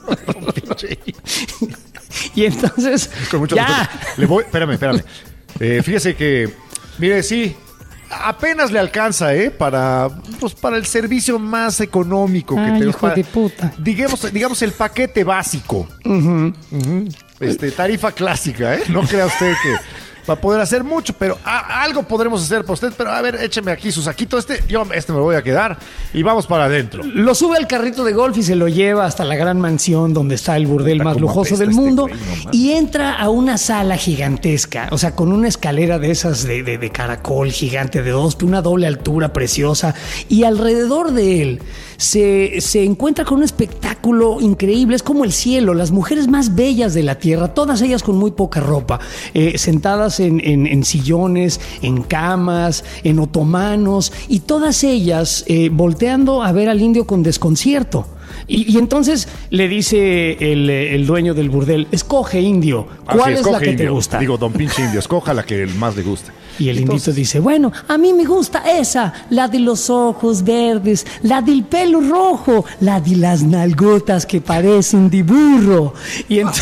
Y entonces, Con mucho ya. respeto. Espérame. Fíjese que, mire, sí, apenas le alcanza, para el servicio más económico que Ay, tenemos. hijo de puta. Digamos el paquete básico. Tarifa clásica, No crea usted que va a poder hacer mucho, pero algo podremos hacer para usted. Pero a ver, écheme aquí su saquito. Yo me lo voy a quedar y vamos para adentro. Lo sube al carrito de golf y se lo lleva hasta la gran mansión donde está el burdel más cómo lujoso apesta del este mundo güey, no mames. y entra a una sala gigantesca, o sea, con una escalera de esas de caracol gigante de una doble altura preciosa, y alrededor de él se encuentra con un espectáculo increíble. Es como el cielo, las mujeres más bellas de la tierra, todas ellas con muy poca ropa, sentadas en sillones, en camas, en otomanos, y todas ellas volteando a ver al indio con desconcierto. Y entonces le dice el dueño del burdel: escoge, indio, ¿cuál es la que te gusta? Digo, don pinche indio, escoja la que más le gusta. Y el indito dice: bueno, a mí me gusta esa, la de los ojos verdes, la del pelo rojo, la de las nalgotas que parecen de burro. Y entonces...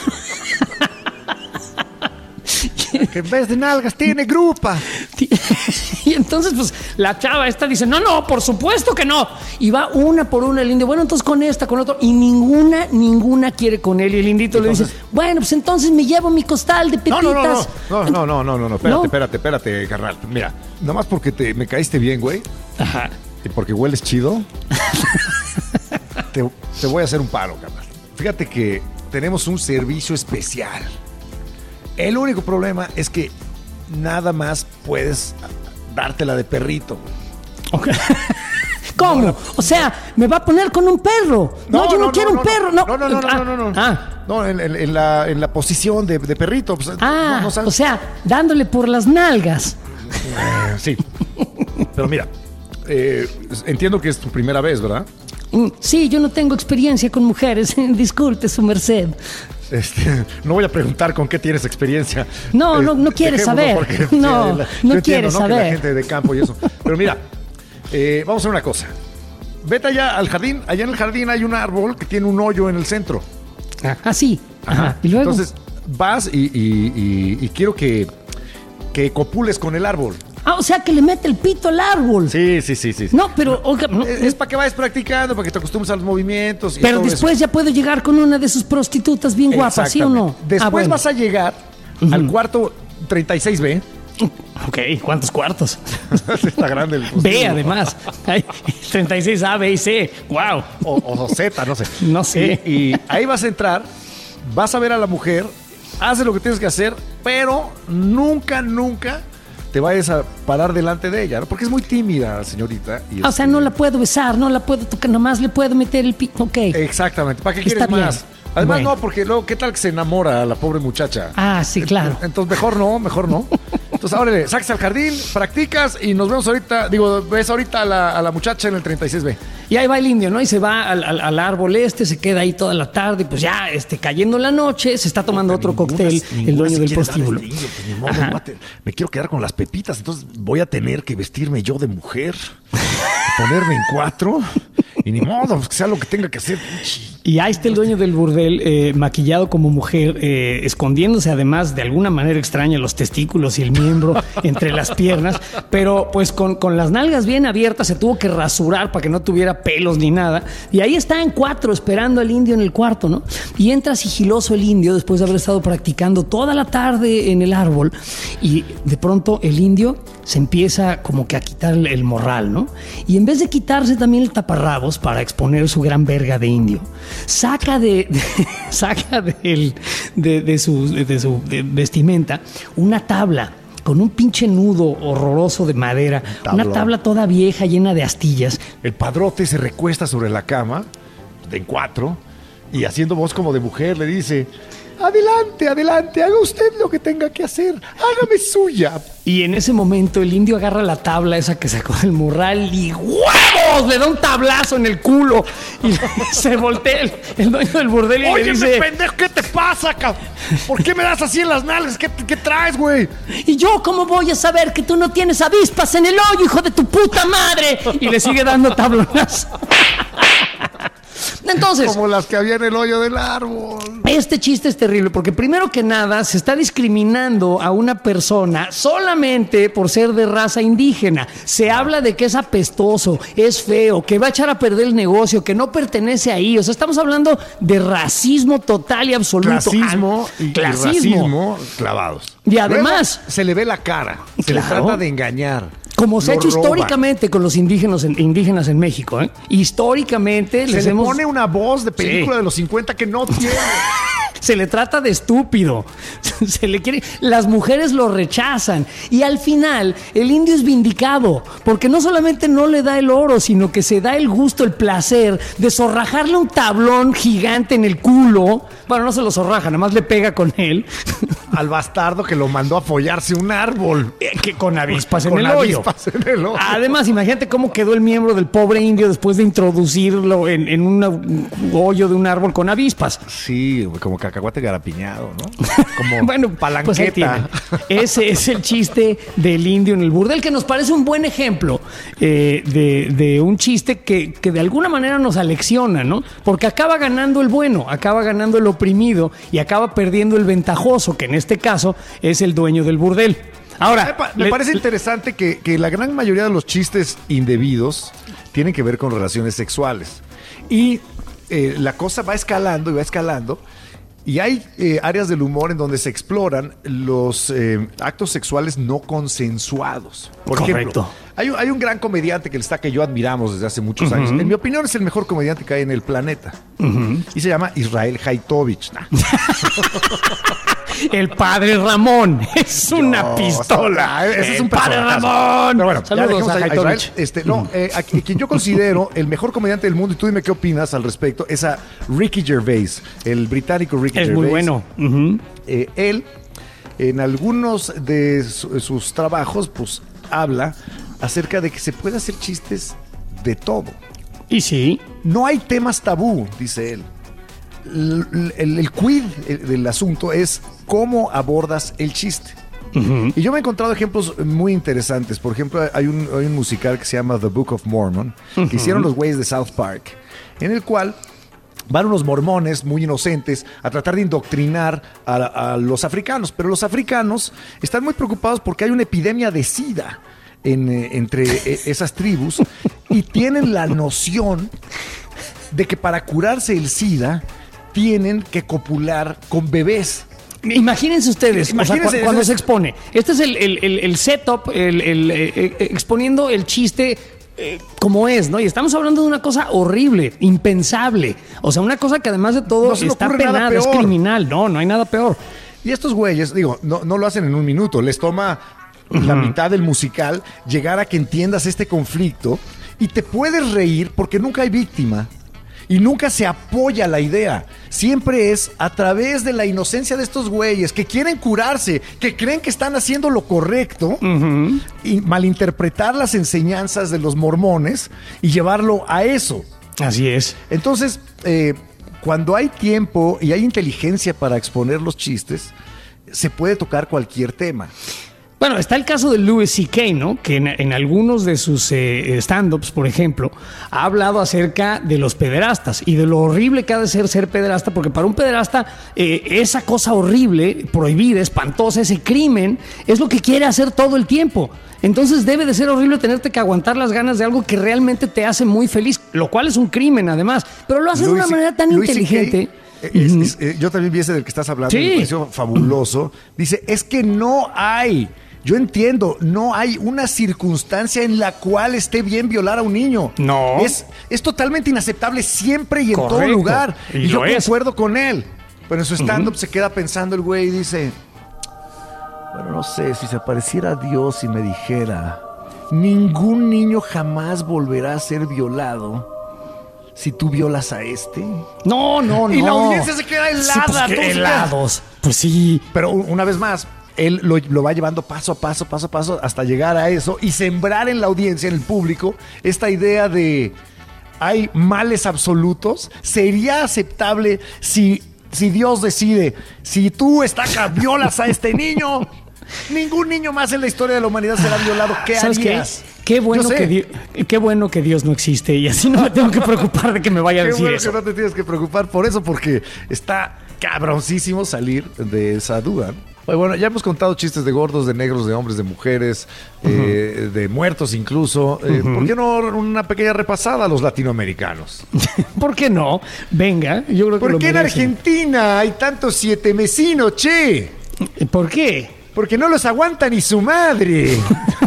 Que en vez de nalgas tiene grupa. Y entonces, pues, la chava esta dice: no, por supuesto que no. Y va una por una el indio: bueno, entonces con esta, con otro. Y ninguna quiere con él. Y el indito Entonces, le dice: bueno, pues entonces me llevo mi costal de pepitas. No. Espérate, carnal. Mira, nada más porque me caíste bien, güey. Ajá. Y porque hueles chido. te voy a hacer un paro, carnal. Fíjate que tenemos un servicio especial. El único problema es que nada más puedes dártela de perrito. Okay. ¿Cómo? O sea, ¿me va a poner con un perro? No, yo no quiero un perro. No, No, en la posición de perrito. Pues, no sabes. O sea, dándole por las nalgas. Sí. Pero mira, entiendo que es tu primera vez, ¿verdad? Sí, yo no tengo experiencia con mujeres. Disculpe, su merced. No voy a preguntar con qué tienes experiencia. No quieres saber. No quieres saber. Que la gente de campo y eso. Pero mira, vamos a hacer una cosa. Vete allá al jardín. Allá en el jardín hay un árbol que tiene un hoyo en el centro. Sí. Ajá. Y luego. Entonces vas y quiero que copules con el árbol. O sea, que le mete el pito al árbol. Sí. No, pero... Oiga, es para que vayas practicando, para que te acostumbres a los movimientos. Y pero todo después eso. ya puede llegar con una de sus prostitutas bien guapas, ¿sí o no? Después bueno. vas a llegar al cuarto 36B. Ok, ¿cuántos cuartos? Está grande el B, además. Ay, 36 A, B y C. Wow. O Z, no sé. No sé. Y ahí vas a entrar, vas a ver a la mujer, haces lo que tienes que hacer, pero nunca te vayas a parar delante de ella, ¿no? Porque es muy tímida, señorita. Y O sea, no la puedo besar, no la puedo tocar, nomás le puedo meter el pito. Ok. Exactamente. ¿Para qué Está quieres más? bien. Además, Bueno. no, porque luego, ¿qué tal que se enamora la pobre muchacha? Sí, claro. Entonces, mejor no. Entonces, ahora sacas al jardín, practicas y nos vemos ahorita. Ves ahorita a la muchacha en el 36B. Y ahí va el indio, ¿no? Y se va al árbol se queda ahí toda la tarde, pues ya cayendo la noche, se está tomando otro cóctel, el dueño del prostíbulo. Me quiero quedar con las pepitas, entonces voy a tener que vestirme yo de mujer, ponerme en cuatro Y ni modo, pues que sea lo que tenga que hacer. Y ahí está el dueño del burdel, maquillado como mujer, escondiéndose además de alguna manera extraña los testículos y el miembro entre las piernas, pero pues con las nalgas bien abiertas se tuvo que rasurar para que no tuviera pelos ni nada. Y ahí está en 4 esperando al indio en el cuarto, ¿no? Y entra sigiloso el indio después de haber estado practicando toda la tarde en el árbol y de pronto el indio se empieza como que a quitar el morral, ¿no? Y en vez de quitarse también el taparrabos para exponer su gran verga de indio, saca de su vestimenta una tabla con un pinche nudo horroroso de madera, una tabla toda vieja llena de astillas. El padrote se recuesta sobre la cama, en 4, y haciendo voz como de mujer le dice: adelante, adelante, haga usted lo que tenga que hacer, hágame suya. Y en ese momento el indio agarra la tabla esa que sacó del morral y ¡huevos! Le da un tablazo en el culo y se voltea el dueño del burdel y Oye, le dice: pendejo, ¿qué te pasa, cabrón? ¿Por qué me das así en las nalgas? ¿Qué traes, güey? ¿Y yo cómo voy a saber que tú no tienes avispas en el hoyo, hijo de tu puta madre? Y le sigue dando tablonazo. Entonces, como las que había en el hoyo del árbol. Este chiste es terrible porque primero que nada se está discriminando a una persona solamente por ser de raza indígena. Se habla de que es apestoso, es feo, que va a echar a perder el negocio, que no pertenece ahí. O sea, estamos hablando de racismo total y absoluto. Clasismo y racismo clavados. Y además luego se le ve la cara, se le trata de engañar. Como se ha hecho roba. históricamente con los indígenas en México, ¿eh? Históricamente se le pone una voz de película de los 50 que no tiene. Se le trata de estúpido. Se le quiere. Las mujeres lo rechazan. Y al final, el indio es vindicado. Porque no solamente no le da el oro, sino que se da el gusto, el placer de zorrajarle un tablón gigante en el culo. Bueno, no se lo zorraja, nada más le pega con él. Al bastardo que lo mandó a follarse un árbol. Que con avispas en el hoyo. En el hoyo. Además, imagínate cómo quedó el miembro del pobre indio después de introducirlo en un hoyo de un árbol con avispas. Sí, como cacahuate garapiñado, ¿no? Como bueno, palanqueta. Pues ese es el chiste del indio en el burdel, que nos parece un buen ejemplo de un chiste que de alguna manera nos alecciona, ¿no? Porque acaba ganando el bueno, acaba ganando el oprimido y acaba perdiendo el ventajoso, que en este caso es el dueño del burdel. Ahora, me parece interesante que la gran mayoría de los chistes indebidos tienen que ver con relaciones sexuales. Y la cosa va escalando y va escalando. Y hay áreas del humor en donde se exploran los actos sexuales no consensuados. Por ejemplo, hay un gran comediante que yo admiramos desde hace muchos años. En mi opinión es el mejor comediante que hay en el planeta. Y se llama Israel Haitovich. El padre Ramón es una pistola. Ese es un padre Ramón. Pero bueno, saludos a Israel. A quien yo considero el mejor comediante del mundo, y tú dime qué opinas al respecto, es a Ricky Gervais, el británico Ricky Gervais. Es muy bueno. Él, en algunos de sus trabajos, pues habla acerca de que se puede hacer chistes de todo. Y sí. No hay temas tabú, dice él. El quid del asunto es cómo abordas el chiste. Y yo me he encontrado ejemplos muy interesantes. Por ejemplo, hay un musical que se llama The Book of Mormon, que hicieron los güeyes de South Park, en el cual van unos mormones muy inocentes a tratar de indoctrinar a los africanos. Pero los africanos están muy preocupados porque hay una epidemia de SIDA entre esas tribus, y tienen la noción de que para curarse el SIDA tienen que copular con bebés. Imagínense ustedes, cuando se expone. Este es el setup, exponiendo el chiste como es, ¿no? Y estamos hablando de una cosa horrible, impensable. O sea, una cosa que además de todo está penada, es criminal. No hay nada peor. Y estos güeyes, no lo hacen en un minuto. Les toma la mitad del musical llegar a que entiendas este conflicto, y te puedes reír porque nunca hay víctima. Y nunca se apoya la idea. Siempre es a través de la inocencia de estos güeyes que quieren curarse, que creen que están haciendo lo correcto, y malinterpretar las enseñanzas de los mormones y llevarlo a eso. Así es. Entonces, cuando hay tiempo y hay inteligencia para exponer los chistes, se puede tocar cualquier tema. Bueno, está el caso de Louis C.K., ¿no? Que en algunos de sus stand-ups, por ejemplo, ha hablado acerca de los pederastas y de lo horrible que ha de ser pederasta, porque para un pederasta esa cosa horrible, prohibida, espantosa, ese crimen, es lo que quiere hacer todo el tiempo. Entonces debe de ser horrible tenerte que aguantar las ganas de algo que realmente te hace muy feliz, lo cual es un crimen además, pero lo hace de una manera tan inteligente. Yo también vi ese del que estás hablando, Sí. me pareció fabuloso. Dice, es que no hay... Yo entiendo, no hay una circunstancia en la cual esté bien violar a un niño. No. Es totalmente inaceptable siempre y en todo Correcto. lugar. Y Y yo lo es. concuerdo con él. Pero en su stand-up se queda pensando el güey y dice... Bueno, no sé, si se apareciera Dios y me dijera... Ningún niño jamás volverá a ser violado si tú violas a este. No. Y la audiencia se queda helada. Sí, pues, ¿qué todos helados? Pues sí. Pero una vez más, él lo va llevando paso a paso hasta llegar a eso y sembrar en la audiencia, en el público, esta idea de hay males absolutos. ¿Sería aceptable si Dios decide, si tú, estaca, violas a este niño, ningún niño más en la historia de la humanidad será violado? ¿Qué ¿Sabes harías? qué bueno Yo sé. qué bueno que Dios no existe y así no me tengo que preocupar de que me vaya a Qué decir bueno eso. que no te tienes que preocupar por eso, porque está cabroncísimo salir de esa duda. Bueno, ya hemos contado chistes de gordos, de negros, de hombres, de mujeres, de muertos incluso. ¿Por qué no una pequeña repasada a los latinoamericanos? ¿Por qué no? Venga, yo creo que ¿Por lo qué en merecen. Argentina hay tantos sietemesinos, che? ¿Por qué? Porque no los aguanta ni su madre.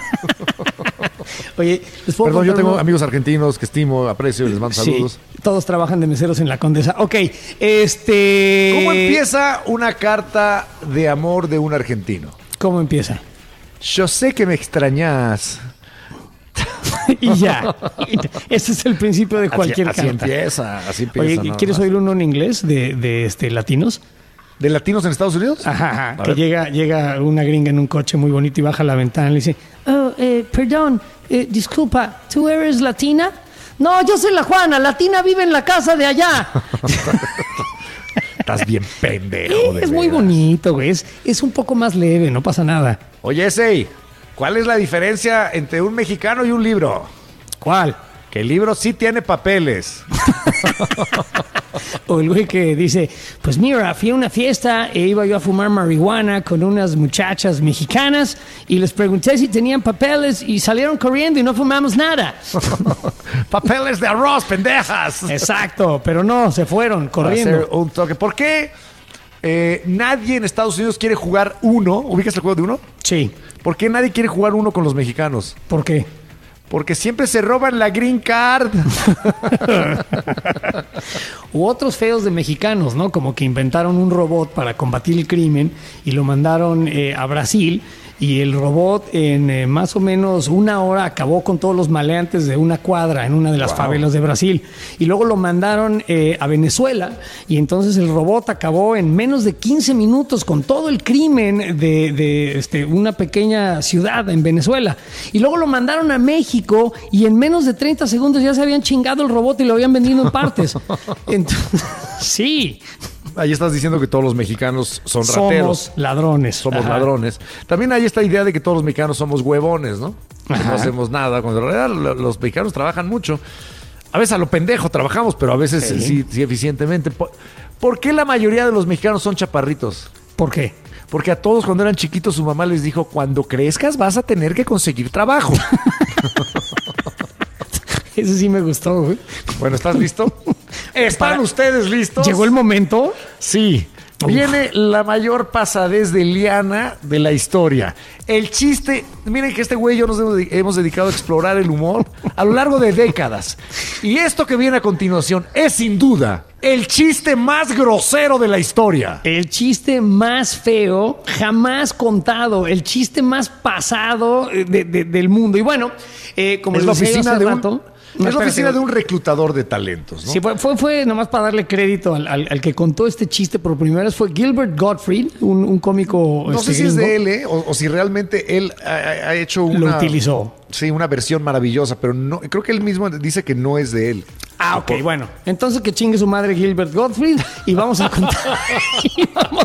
Oye, ¿les puedo Perdón, yo contar tengo uno? amigos argentinos que estimo, aprecio y les mando saludos. Sí, todos trabajan de meseros en la Condesa. Ok, ¿Cómo empieza una carta de amor de un argentino? ¿Cómo empieza? Yo sé que me extrañas. Y ya. Ese es el principio de cualquier así carta. empieza, Oye, nada ¿quieres más. oír uno en inglés de latinos? ¿De latinos en Estados Unidos? Ajá, A que ver. llega una gringa en un coche muy bonito y baja la ventana y le dice, perdón, disculpa, ¿tú eres latina? No, yo soy la Juana, latina vive en la casa de allá. Estás bien pendejo. de Es muy veras. bonito, güey, es un poco más leve, no pasa nada. Oye, ese, ¿cuál es la diferencia entre un mexicano y un libro? ¿Cuál? Que el libro sí tiene papeles. O el güey que dice, pues mira, fui a una fiesta e iba yo a fumar marihuana con unas muchachas mexicanas y les pregunté si tenían papeles y salieron corriendo y no fumamos nada. Papeles de arroz, pendejas. Exacto, pero no, se fueron Para hacer corriendo. un toque. ¿Por qué nadie en Estados Unidos quiere jugar uno? ¿Ubicas el juego de uno? Sí, ¿Por qué nadie quiere jugar uno con los mexicanos? ¿por qué? Porque siempre se roban la green card. U otros feos de mexicanos, ¿no? Como que inventaron un robot para combatir el crimen y lo mandaron a Brasil. Y el robot en más o menos una hora acabó con todos los maleantes de una cuadra en una de las favelas de Brasil. Y luego lo mandaron a Venezuela y entonces el robot acabó en menos de 15 minutos con todo el crimen de una pequeña ciudad en Venezuela. Y luego lo mandaron a México y en menos de 30 segundos ya se habían chingado el robot y lo habían vendido en partes. Entonces, sí. Ahí estás diciendo que todos los mexicanos son rateros. Somos ladrones. Somos Ajá. ladrones. También hay esta idea de que todos los mexicanos somos huevones, ¿no? Que Ajá. no hacemos nada. Cuando en realidad los mexicanos trabajan mucho. A veces a lo pendejo trabajamos, pero a veces sí eficientemente. ¿Por qué la mayoría de los mexicanos son chaparritos? ¿Por qué? Porque a todos cuando eran chiquitos su mamá les dijo, cuando crezcas vas a tener que conseguir trabajo. Ese sí me gustó, güey. Bueno, ¿estás listo? ¿Están ustedes listos? ¿Llegó el momento? Sí. Viene la mayor pasadez de liana de la historia. El chiste, miren que este güey y yo nos hemos dedicado a explorar el humor a lo largo de décadas. Y esto que viene a continuación es sin duda el chiste más grosero de la historia. El chiste más feo jamás contado, el chiste más pasado del mundo. Y bueno, como Es les la decía oficina hace de un... rato... Es la oficina de un reclutador de talentos, ¿no? Sí, fue nomás para darle crédito al que contó este chiste por primera vez. Fue Gilbert Gottfried, un cómico. No sé si es de él, o si realmente él ha hecho una... Lo utilizó. Sí, una versión maravillosa, pero no, creo que él mismo dice que no es de él. Ah, ok, bueno. Entonces que chingue su madre Gilbert Gottfried y vamos a contar. Y vamos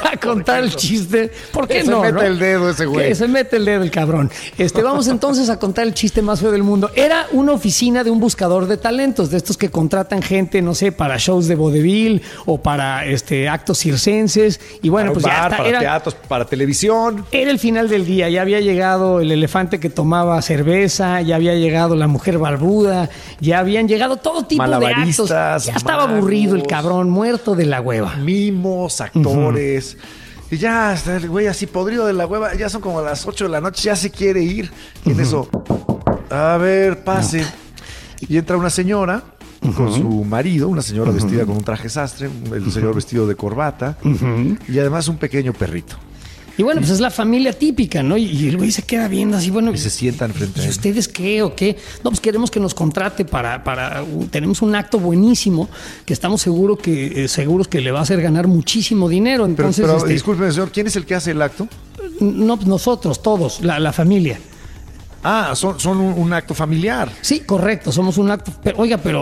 a contar el chiste. ¿Por qué no? Se mete el dedo ese güey. Que se mete el dedo el cabrón. Vamos entonces a contar el chiste más feo del mundo. Era una oficina de un buscador de talentos, de estos que contratan gente, no sé, para shows de vodevil o para actos circenses. Y bueno, pues ya está. Para teatros, para televisión. Era el final del día. Ya había llegado el elefante que tomaba cerveza, ya había llegado la mujer barbuda, ya habían llegado todo tipo de actos. Ya estaba aburrido el cabrón, muerto de la hueva. Mimos, actores. Y ya está el güey así podrido de la hueva. Ya son como las 8 de la noche, ya se quiere ir. Y en eso, a ver, pase. Y entra una señora con su marido, una señora vestida con un traje sastre, el señor vestido de corbata, y además un pequeño perrito. Y bueno, pues es la familia típica, ¿no? Y el güey se queda viendo así, bueno. Y se sientan frente a él. ¿Y ustedes qué o qué? No, pues queremos que nos contrate tenemos un acto buenísimo que estamos seguros que le va a hacer ganar muchísimo dinero. Entonces, pero discúlpeme, señor, ¿quién es el que hace el acto? No, pues nosotros, todos, la familia. Ah, son un acto familiar. Sí, correcto, somos un acto, pero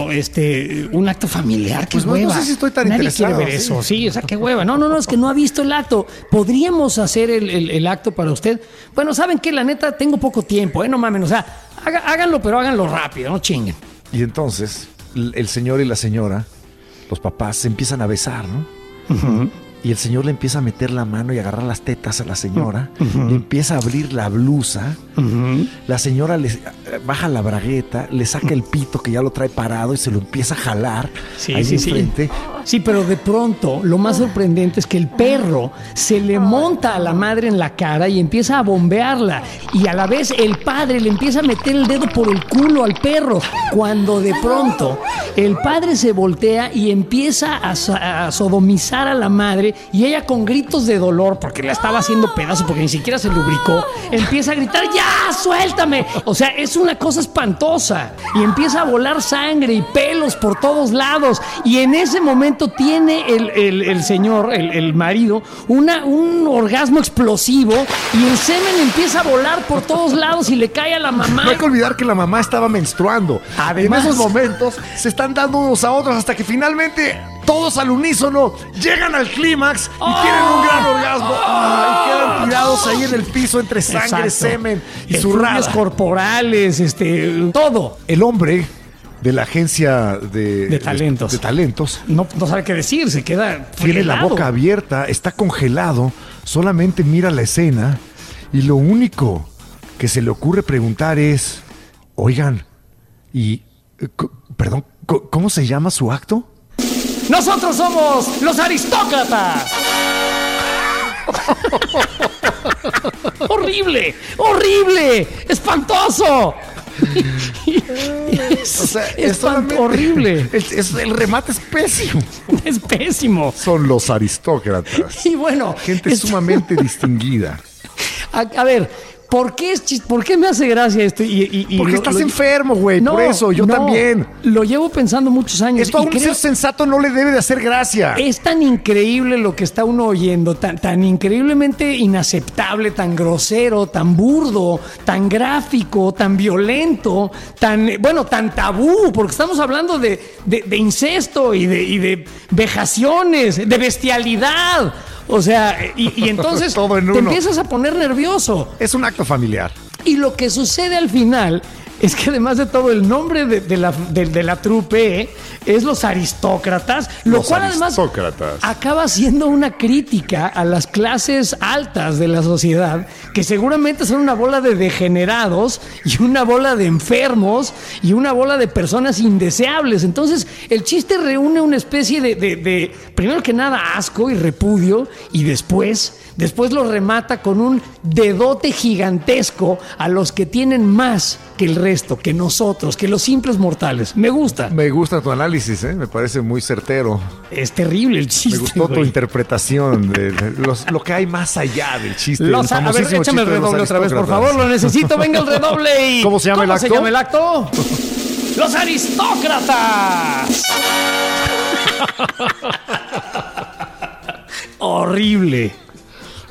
un acto familiar, qué pues hueva. No sé si estoy tan Nadie interesado. Quiere ver eso, sí, o sea, qué hueva. No, es que no ha visto el acto. ¿Podríamos hacer el acto para usted? Bueno, ¿saben qué? La neta, tengo poco tiempo, no mamen, o sea, háganlo, pero háganlo rápido, no chinguen. Y entonces, el señor y la señora, los papás, se empiezan a besar, ¿no? Y el señor le empieza a meter la mano y agarrar las tetas a la señora. Y empieza a abrir la blusa. La señora le baja la bragueta, le saca el pito que ya lo trae parado y se lo empieza a jalar ahí enfrente. Sí, pero de pronto lo más sorprendente es que el perro se le monta a la madre en la cara y empieza a bombearla. Y a la vez el padre le empieza a meter el dedo por el culo al perro. Cuando de pronto el padre se voltea y empieza a sodomizar a la madre. Y ella con gritos de dolor, porque la estaba haciendo pedazo, porque ni siquiera se lubricó, empieza a gritar, ¡ya, suéltame! O sea, es una cosa espantosa. Y empieza a volar sangre y pelos por todos lados. Y en ese momento tiene el señor, el marido, un orgasmo explosivo y el semen empieza a volar por todos lados y le cae a la mamá. No hay que olvidar que la mamá estaba menstruando. Además, en esos momentos se están dando unos a otros hasta que finalmente todos al unísono llegan al clímax y tienen un gran orgasmo. Y quedan tirados ahí en el piso entre sangre, semen y zurradas corporales, todo. El hombre de la agencia de talentos no sabe qué decir, se queda tiene la boca abierta, está congelado, solamente mira la escena y lo único que se le ocurre preguntar es: oigan, perdón, ¿cómo se llama su acto? ¡Nosotros somos los aristócratas! ¡Horrible! ¡Horrible! ¡Espantoso! Es horrible. El remate es pésimo. Es pésimo. Son los aristócratas. Y bueno, gente sumamente distinguida. A ver, ¿por qué me hace gracia esto? Porque estás enfermo, güey. Por eso, yo también. Lo llevo pensando muchos años. Esto a un ser sensato no le debe de hacer gracia. Es tan increíble lo que está uno oyendo, tan increíblemente inaceptable, tan grosero, tan burdo, tan gráfico, tan violento, tan tabú, porque estamos hablando de incesto y de vejaciones, de bestialidad. O sea, y entonces te empiezas a poner nervioso. Es un acto familiar. Y lo que sucede al final es que además de todo el nombre de la trupe es los aristócratas, lo cual además acaba siendo una crítica a las clases altas de la sociedad, que seguramente son una bola de degenerados y una bola de enfermos y una bola de personas indeseables. Entonces el chiste reúne una especie de primero que nada asco y repudio, y después lo remata con un dedote gigantesco a los que tienen más que el resto, que nosotros, que los simples mortales. Me gusta. Me gusta tu análisis, me parece muy certero. Es terrible el chiste. Me gustó tu interpretación de lo que hay más allá del chiste. A ver, échame el redoble otra vez, por favor, lo necesito. Venga el redoble. ¿Cómo se llama el acto? ¿Cómo se llama el acto? ¡Los aristócratas! Horrible.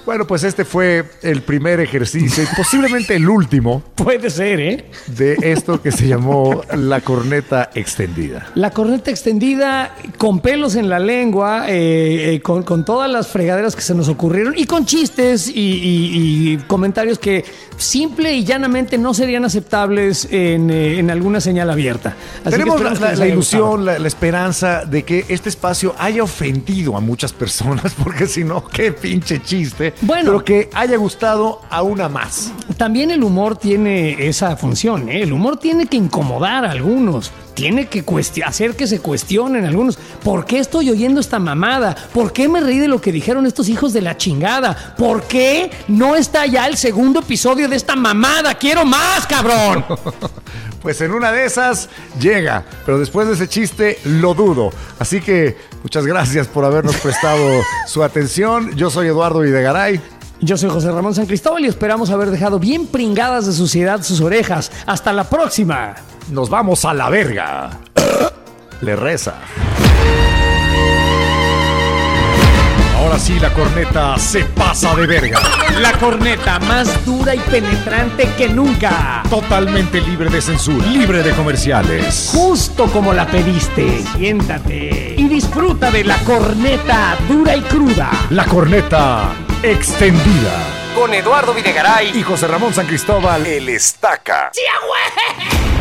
Bueno, pues este fue el primer ejercicio y posiblemente el último Puede ser, ¿eh? de esto que se llamó la corneta extendida. La corneta extendida con pelos en la lengua, con todas las fregaderas que se nos ocurrieron y con chistes y comentarios que simple y llanamente no serían aceptables en alguna señal abierta. Así Tenemos que esperamos que les la haya ilusión, la esperanza de que este espacio haya ofendido a muchas personas, porque si no, qué pinche chiste. Bueno. Pero que haya gustado a una más. También el humor tiene esa función, ¿eh? El humor tiene que incomodar a algunos. Tiene que hacer que se cuestionen algunos. ¿Por qué estoy oyendo esta mamada? ¿Por qué me reí de lo que dijeron estos hijos de la chingada? ¿Por qué no está ya el segundo episodio de esta mamada? ¡Quiero más, cabrón! Pues en una de esas llega, pero después de ese chiste lo dudo. Así que muchas gracias por habernos prestado su atención. Yo soy Eduardo Videgaray. Yo soy José Ramón San Cristóbal y esperamos haber dejado bien pringadas de suciedad sus orejas. ¡Hasta la próxima! Nos vamos a la verga. Le reza. Ahora sí, la corneta se pasa de verga. La corneta más dura y penetrante que nunca. Totalmente libre de censura, libre de comerciales. Justo como la pediste. Siéntate y disfruta de la corneta dura y cruda. La corneta extendida. Con Eduardo Videgaray Y José Ramón San Cristóbal, el Estaca. ¡Sí, güey!